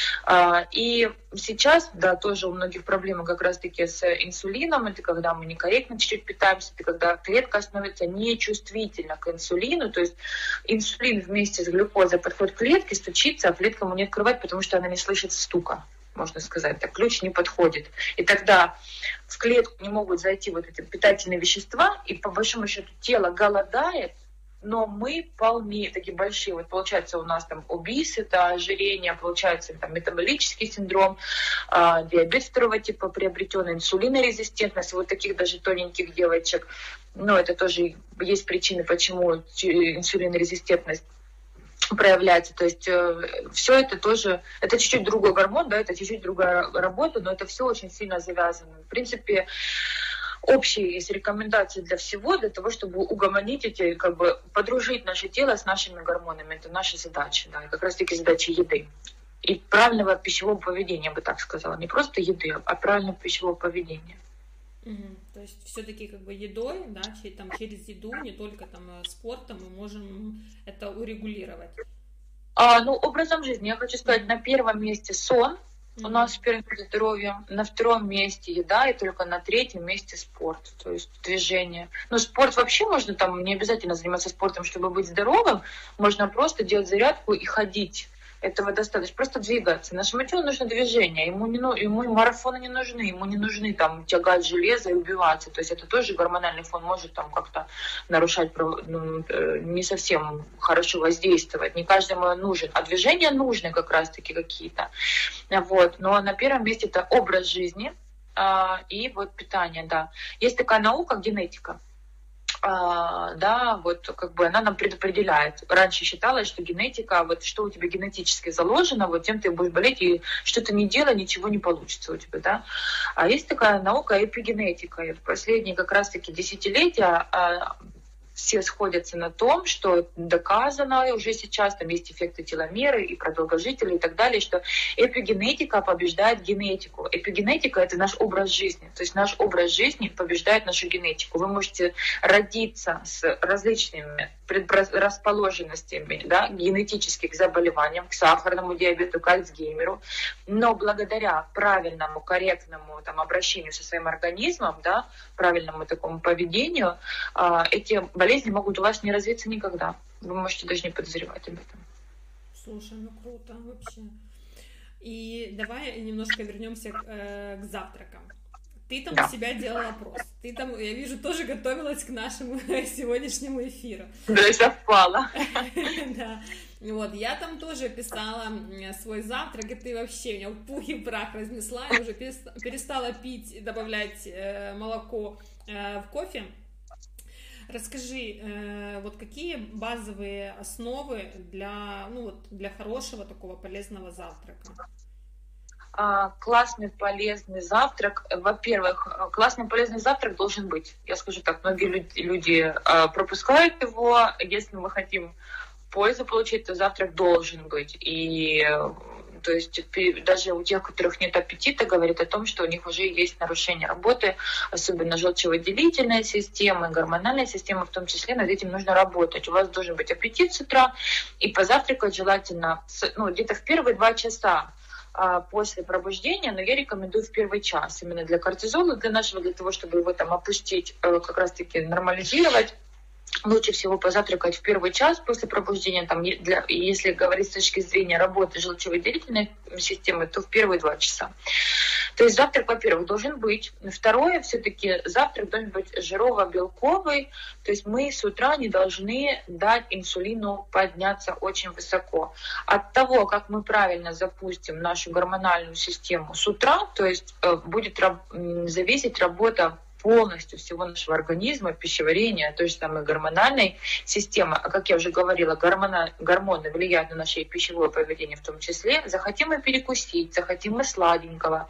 И сейчас, да, тоже у многих проблемы как раз-таки с инсулином, это когда мы некорректно чуть-чуть питаемся, это когда клетка становится нечувствительна к инсулину, то есть инсулин вместе с глюкозой подходит к клетке, стучится, а клетка ему не открывать, потому что она не слышит стука. Можно сказать, так ключ не подходит. И тогда в клетку не могут зайти вот эти питательные вещества, и по большому счету тело голодает, но мы полны, такие большие. Вот получается у нас там обиз, это ожирение, получается там метаболический синдром, диабет второго типа приобретенный, инсулинорезистентность, вот таких даже тоненьких девочек. Но это тоже есть причины, почему инсулинорезистентность проявляется. То есть все это тоже, это чуть-чуть другой гормон, да, это чуть-чуть другая работа, но это все очень сильно завязано. В принципе, общие есть рекомендации для всего, для того, чтобы угомонить эти, как бы подружить наше тело с нашими гормонами. Это наша задача, да, как раз-таки задача еды. И правильного пищевого поведения, я бы так сказала. Не просто еды, а правильного пищевого поведения. То есть все-таки как бы едой, да, там, через еду, не только там спортом мы можем это урегулировать. Образом жизни, я хочу сказать, на первом месте сон у нас в пирамиде здоровья, на втором месте еда, и только на третьем месте спорт, то есть движение. Спорт вообще можно там, не обязательно заниматься спортом, чтобы быть здоровым, можно просто делать зарядку и ходить. Этого достаточно. Просто двигаться. Нашему телу нужно движение. Ему марафоны не нужны. Ему не нужны там тягать железо и убиваться. То есть это тоже гормональный фон может там как-то нарушать, не совсем хорошо воздействовать. Не каждому нужен. А движения нужны как раз-таки какие-то. Вот. Но на первом месте это образ жизни и вот питание. Да. Есть такая наука, генетика. Да, вот как бы она нам предопределяет. Раньше считалось, что генетика, вот что у тебя генетически заложено, вот тем ты будешь болеть, и что ты не делай, ничего не получится у тебя, да. А есть такая наука эпигенетика. И в последние как раз-таки десятилетия все сходятся на том, что доказано уже сейчас, там есть эффекты теломеры и продолгожители и так далее, что эпигенетика побеждает генетику. Эпигенетика — это наш образ жизни. То есть наш образ жизни побеждает нашу генетику. Вы можете родиться с различными предрасположенностями, да, генетически к заболеваниям, к сахарному диабету, к Альцгеймеру, но благодаря правильному, корректному там, обращению со своим организмом, да, правильному такому поведению, эти болезни могут у вас не развиться никогда. Вы можете даже не подозревать об этом. Слушай, круто вообще. И давай немножко вернемся к завтракам. Ты там у себя делала опрос. Ты там, я вижу, тоже готовилась к нашему сегодняшнему эфиру. Да, совпало. Да. Вот, я там тоже писала свой завтрак, и ты вообще меня в пух и прах разнесла. Я уже перестала пить и добавлять молоко в кофе. Расскажи, вот какие базовые основы для хорошего такого полезного завтрака? Классный полезный завтрак. Во-первых, классный полезный завтрак должен быть. Я скажу так, многие люди пропускают его. Если мы хотим пользу получить, то завтрак должен быть. И то есть даже у тех, у которых нет аппетита, говорит о том, что у них уже есть нарушение работы, особенно желчевыделительная система, гормональная система в том числе, над этим нужно работать. У вас должен быть аппетит с утра, и позавтракать желательно где-то в первые 2 часа после пробуждения, но я рекомендую в первый час именно для кортизола, для того, чтобы его там опустить, как раз-таки нормализировать. Лучше всего позавтракать в первый час после пробуждения. Если говорить с точки зрения работы желчевыделительной системы, то в первые 2 часа. То есть завтрак, во-первых, должен быть. Второе, все-таки завтрак должен быть жирово-белковый. То есть мы с утра не должны дать инсулину подняться очень высоко. От того, как мы правильно запустим нашу гормональную систему с утра, то есть будет зависеть работа полностью всего нашего организма, пищеварения, той же самой гормональной системы. А как я уже говорила, гормоны влияют на наше пищевое поведение в том числе. Захотим мы перекусить, захотим мы сладенького,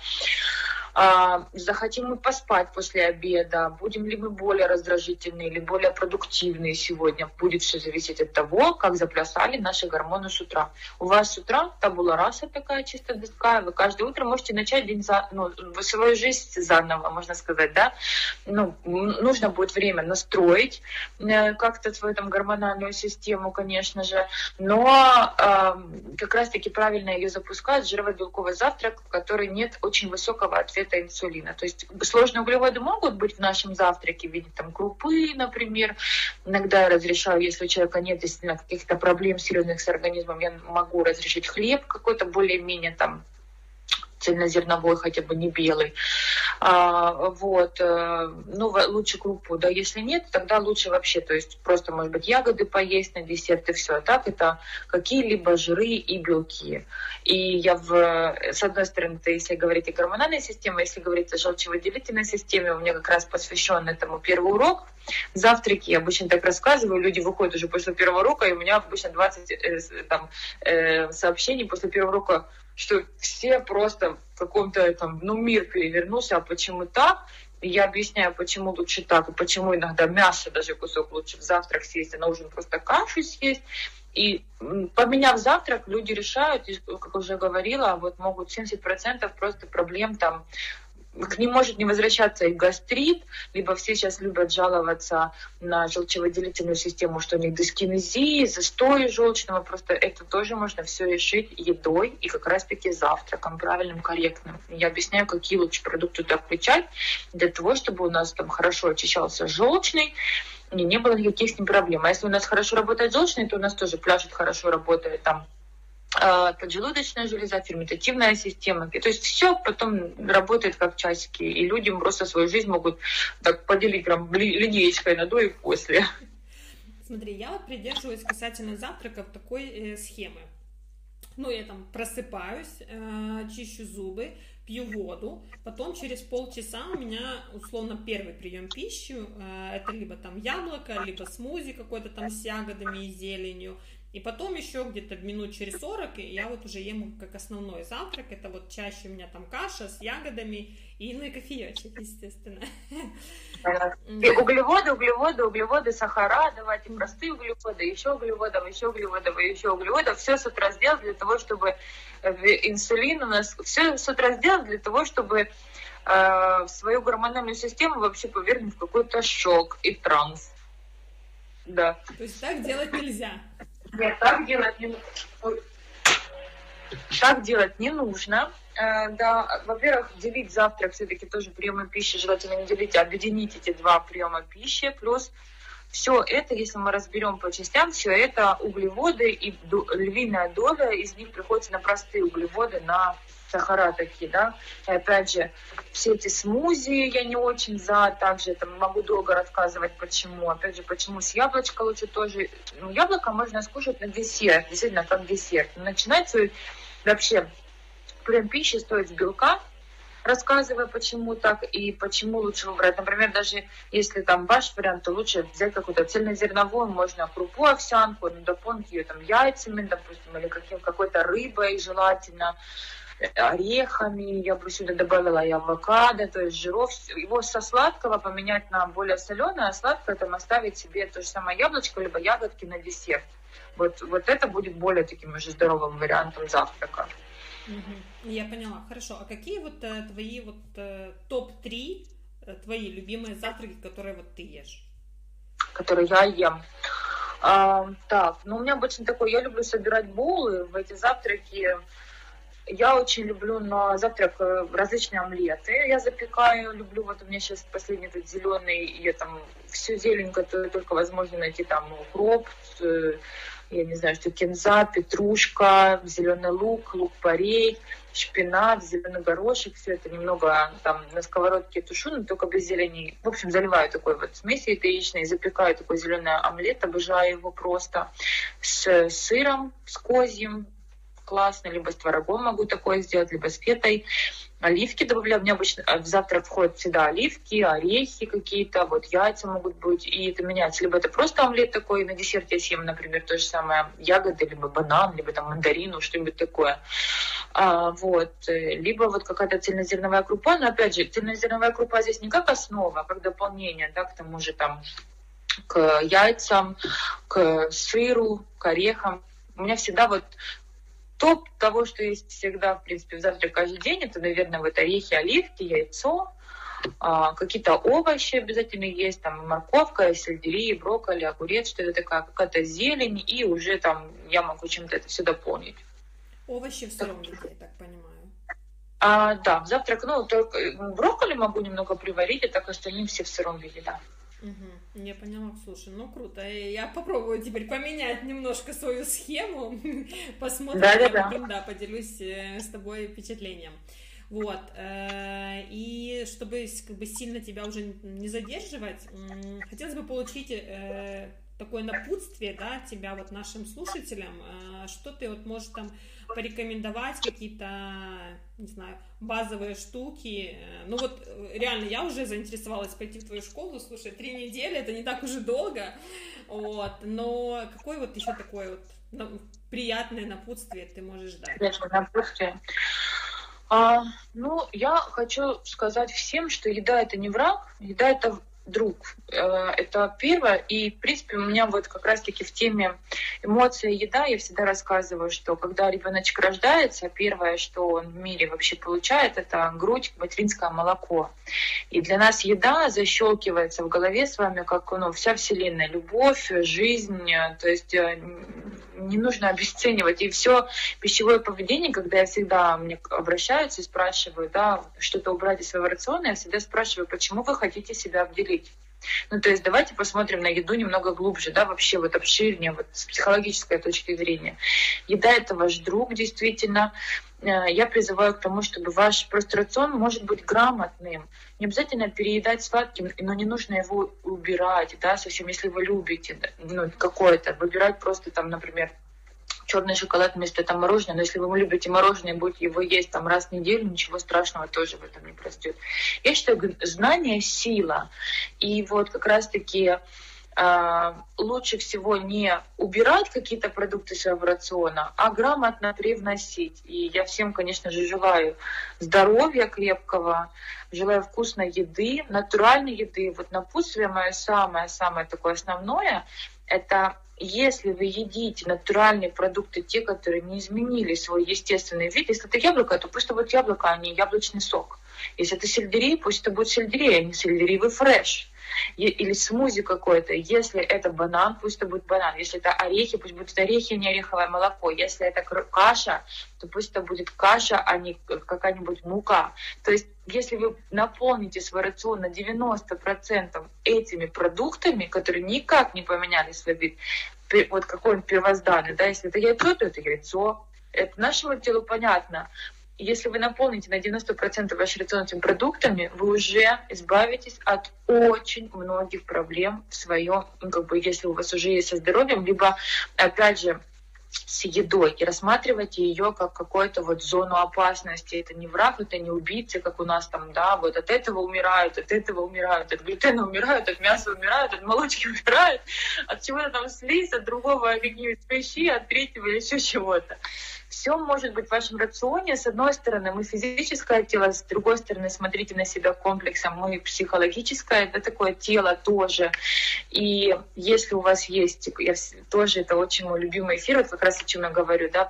захотим мы поспать после обеда, будем ли мы более раздражительные или более продуктивные сегодня. Будет все зависеть от того, как заплясали наши гормоны с утра. У вас с утра табула раса такая чисто доска, вы каждое утро можете начать день свою жизнь заново, можно сказать, да. Нужно будет время настроить как-то свою там гормональную систему, конечно же, но как раз-таки правильно ее запускать жирово-белковый завтрак, в который нет очень высокого ответа инсулина. То есть сложные углеводы могут быть в нашем завтраке в виде там крупы, например. Иногда я разрешаю, если у человека нет действительно каких-то проблем серьезных с организмом, я могу разрешить хлеб какой-то более-менее там цельнозерновой, хотя бы не белый. Лучше крупу, да, если нет, тогда лучше вообще, то есть просто, может быть, ягоды поесть на десерт и все. А так это какие-либо жиры и белки. И с одной стороны, это если говорить о гормональной системе, если говорить о желчевыделительной системе, у меня как раз посвящен этому первый урок. Завтраки, я обычно так рассказываю, люди выходят уже после первого урока, и у меня обычно 20 сообщений после первого урока, что все просто в каком-то мир перевернулся, а почему так? И я объясняю, почему лучше так, и почему иногда мясо даже кусок лучше в завтрак съесть, а на ужин просто кашу съесть. И поменяв завтрак, люди решают, как уже говорила, могут 70% просто проблем к ним может не возвращаться и гастрит, либо все сейчас любят жаловаться на желчевыделительную систему, что у них дискинезия, застой желчного. Просто это тоже можно все решить едой и как раз-таки завтраком правильным, корректным. Я объясняю, какие лучше продукты туда включать для того, чтобы у нас хорошо очищался желчный, и не было никаких с ним проблем. А если у нас хорошо работает желчный, то у нас тоже пляшет, хорошо работает поджелудочная железа, ферментативная система. То есть все потом работает как часики, и люди просто свою жизнь могут так поделить прям линеечкой на до и после. Смотри, я придерживаюсь касательно завтраков такой схемы. Я просыпаюсь, чищу зубы, пью воду, потом через полчаса у меня условно первый прием пищи, это либо яблоко, либо смузи какой-то с ягодами и зеленью. И потом еще где-то минут через 40 я уже ем как основной завтрак. Это чаще у меня каша с ягодами и кофеечек, естественно. И углеводы, сахара, давайте простые углеводы, еще углеводов, еще углеводов, еще углеводов. Все с утра сделать для того, чтобы инсулин у нас... Все с утра сделать для того, чтобы свою гормональную систему вообще повернуть в какой-то шок и транс. Да. То есть так делать нельзя? Нет, так делать не нужно. Да, во-первых, делить завтрак все-таки тоже приемы пищи, желательно не делить, а объединить эти два приема пищи. Плюс все это, если мы разберем по частям, все это углеводы, и львиная доля из них приходится на простые углеводы, на сахара такие, да. И опять же, все эти смузи я не очень за, также могу долго рассказывать, почему. Опять же, почему с яблочка лучше тоже. Яблоко можно скушать на десерт, действительно, как десерт. Начинать свой вообще прием пищи стоит с белка, рассказывая, почему так и почему лучше выбрать. Например, даже если ваш вариант, то лучше взять какую-то цельнозерновую, можно крупу овсянку, дополнить ее яйцами, допустим, или какой-то рыбой желательно, орехами, я бы сюда добавила и авокадо, то есть жиров. Его со сладкого поменять на более соленое, а сладкое оставить себе то же самое яблочко, либо ягодки на десерт. Вот это будет более таким уже здоровым вариантом завтрака. Я поняла. Хорошо. А какие твои топ-3 твои любимые завтраки, которые ты ешь? Которые я ем. У меня обычно такое, я люблю собирать боулы в эти завтраки. Я очень люблю на завтрак различные омлеты. Я запекаю, люблю. У меня сейчас последний этот зеленый, я всю зелень, которую только возможно найти, укроп, я не знаю, что кинза, петрушка, зеленый лук-порей, шпинат, зеленый горошек. Все это немного на сковородке тушу, но только без зелени. В общем, заливаю такой смесью яичной, запекаю такой зеленый омлет, обожаю его просто с сыром, с козьим. Классно, либо с творогом могу такое сделать, либо с фетой. Оливки добавляю. У меня обычно в завтрак входят всегда оливки, орехи какие-то, яйца могут быть. И это меняется. Либо это просто омлет такой, на десерт я съем, например, то же самое ягоды, либо банан, либо мандарину, что-нибудь такое. Либо какая-то цельнозерновая крупа. Но опять же, цельнозерновая крупа здесь не как основа, а как дополнение, да, к тому же к яйцам, к сыру, к орехам. У меня всегда топ того, что есть всегда, в принципе, в завтрак каждый день, это, наверное, орехи, оливки, яйцо, какие-то овощи обязательно есть, морковка, сельдерей, брокколи, огурец, что-то такая, какая-то зелень, и уже я могу чем-то это все дополнить. Овощи в сыром виде, я так понимаю. Да, в завтрак, только брокколи могу немного приварить, а так остальные все в сыром виде, да. Я поняла, слушай, круто. Я попробую теперь поменять немножко свою схему, посмотрим, поделюсь с тобой впечатлением. Вот. И чтобы как бы сильно тебя уже не задерживать, хотелось бы получить такое напутствие, да, тебя вот нашим слушателям, что ты вот можешь там порекомендовать, какие-то, не знаю, базовые штуки. Ну вот реально я уже заинтересовалась пойти в твою школу, слушай, 3 недели, это не так уже долго, вот, но какое вот еще такое вот приятное напутствие ты можешь дать? Приятное напутствие. Ну, я хочу сказать всем, что еда — это не враг, еда — это друг. Это первое. И, в принципе, у меня вот как раз-таки в теме эмоции и еда я всегда рассказываю, что когда ребеночек рождается, первое, что он в мире вообще получает, это грудь, материнское молоко. И для нас еда защелкивается в голове с вами, как вся вселенная, любовь, жизнь. То есть не нужно обесценивать. И все пищевое поведение, когда я всегда мне обращаются и спрашиваю, да, что-то убрать из своего рациона, я всегда спрашиваю, почему вы хотите себя обделить? Ну, то есть давайте посмотрим на еду немного глубже, да, вообще вот обширнее, вот с психологической точки зрения. Еда — это ваш друг, действительно. Я призываю к тому, чтобы ваш просто рацион может быть грамотным. Не обязательно переедать сладким, но не нужно его убирать, да, совсем, если вы любите, ну, какое-то, выбирать просто там, например, черный шоколад вместо там мороженого. Но если вы любите мороженое и будете его есть там раз в неделю, ничего страшного тоже в этом не произойдет. Я считаю, знание — сила. И вот как раз-таки лучше всего не убирать какие-то продукты своего рациона, а грамотно привносить. И я всем, конечно же, желаю здоровья крепкого, желаю вкусной еды, натуральной еды. Вот напутствие мое самое такое основное — это если вы едите натуральные продукты, те, которые не изменили свой естественный вид, если это яблоко, то пусть это будет яблоко, а не яблочный сок. Если это сельдерей, пусть это будет сельдерей, а не сельдереевый фреш. Или смузи какой-то. Если это банан, пусть это будет банан. Если это орехи, пусть будет орехи, а не ореховое молоко. Если это каша, то пусть это будет каша, а не какая-нибудь мука. То есть если вы наполните свой рацион на 90% этими продуктами, которые никак не поменяли свой вид, вот какой он первозданный, да, если это яйцо, то это яйцо. Это нашему телу понятно. Если вы наполните на 90% ваш рацион этими продуктами, вы уже избавитесь от очень многих проблем в своем, ну, как бы, если у вас уже есть со здоровьем, либо, опять же, с едой, и рассматривайте ее как какую-то вот зону опасности. Это не враг, это не убийца, как у нас там, да, вот от этого умирают, от глютена умирают, от мяса умирают, от молочки умирают, от чего-то там слизь, от другого какие-нибудь спящие, от третьего или еще чего-то. Все может быть в вашем рационе. С одной стороны, мы физическое тело, с другой стороны, смотрите на себя комплексом. Мы психологическое, это такое тело тоже. И если у вас есть, тоже это очень мой любимый эфир, вот как раз о чем я говорю, да,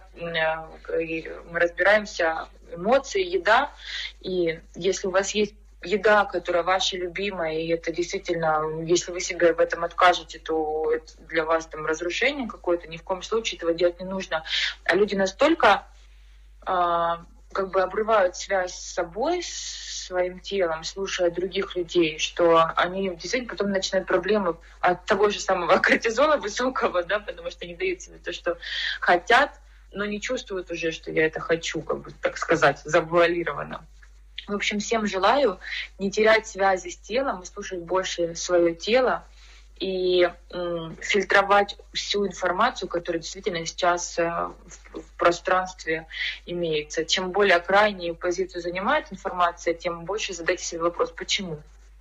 мы разбираемся, эмоции, еда. И если у вас есть еда, которая ваша любимая, и это действительно, если вы себе в этом откажете, то это для вас там разрушение какое-то, ни в коем случае этого делать не нужно. А люди настолько как бы обрывают связь с собой, с своим телом, слушая других людей, что они действительно потом начинают проблемы от того же самого кортизола высокого, да, потому что не дают себе то, что хотят, но не чувствуют уже, что я это хочу, как бы так сказать, завуалированно. В общем, всем желаю не терять связи с телом и слушать больше свое тело и фильтровать всю информацию, которая действительно сейчас в пространстве имеется. Чем более крайнюю позицию занимает информация, тем больше задайте себе вопрос, почему?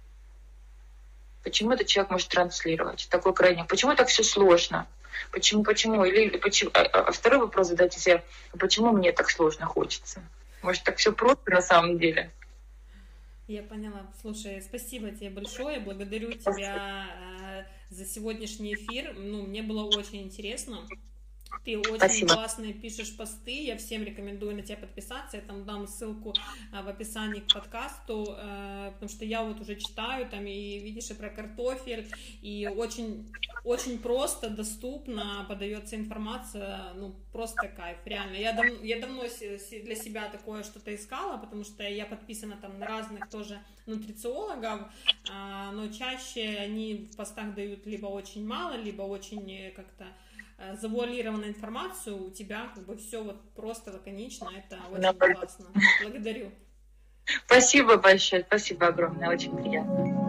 Почему этот человек может транслировать такой крайний? Почему так все сложно? Почему? Или почему? А второй вопрос задайте себе, почему мне так сложно хочется? Может, так все просто на самом деле? Я поняла. Слушай, спасибо тебе большое. Благодарю тебя за сегодняшний эфир. Мне было очень интересно. Ты очень классные пишешь посты, я всем рекомендую на тебя подписаться, я там дам ссылку в описании к подкасту, потому что я вот уже читаю там и видишь и про картофель, и очень, очень просто, доступно подается информация, просто кайф, реально. Я давно для себя такое что-то искала, потому что я подписана там на разных тоже нутрициологов, но чаще они в постах дают либо очень мало, либо очень как-то завуалированную информацию, у тебя как бы все вот просто лаконично, это очень классно. Благодарю. Спасибо большое, спасибо огромное, очень приятно.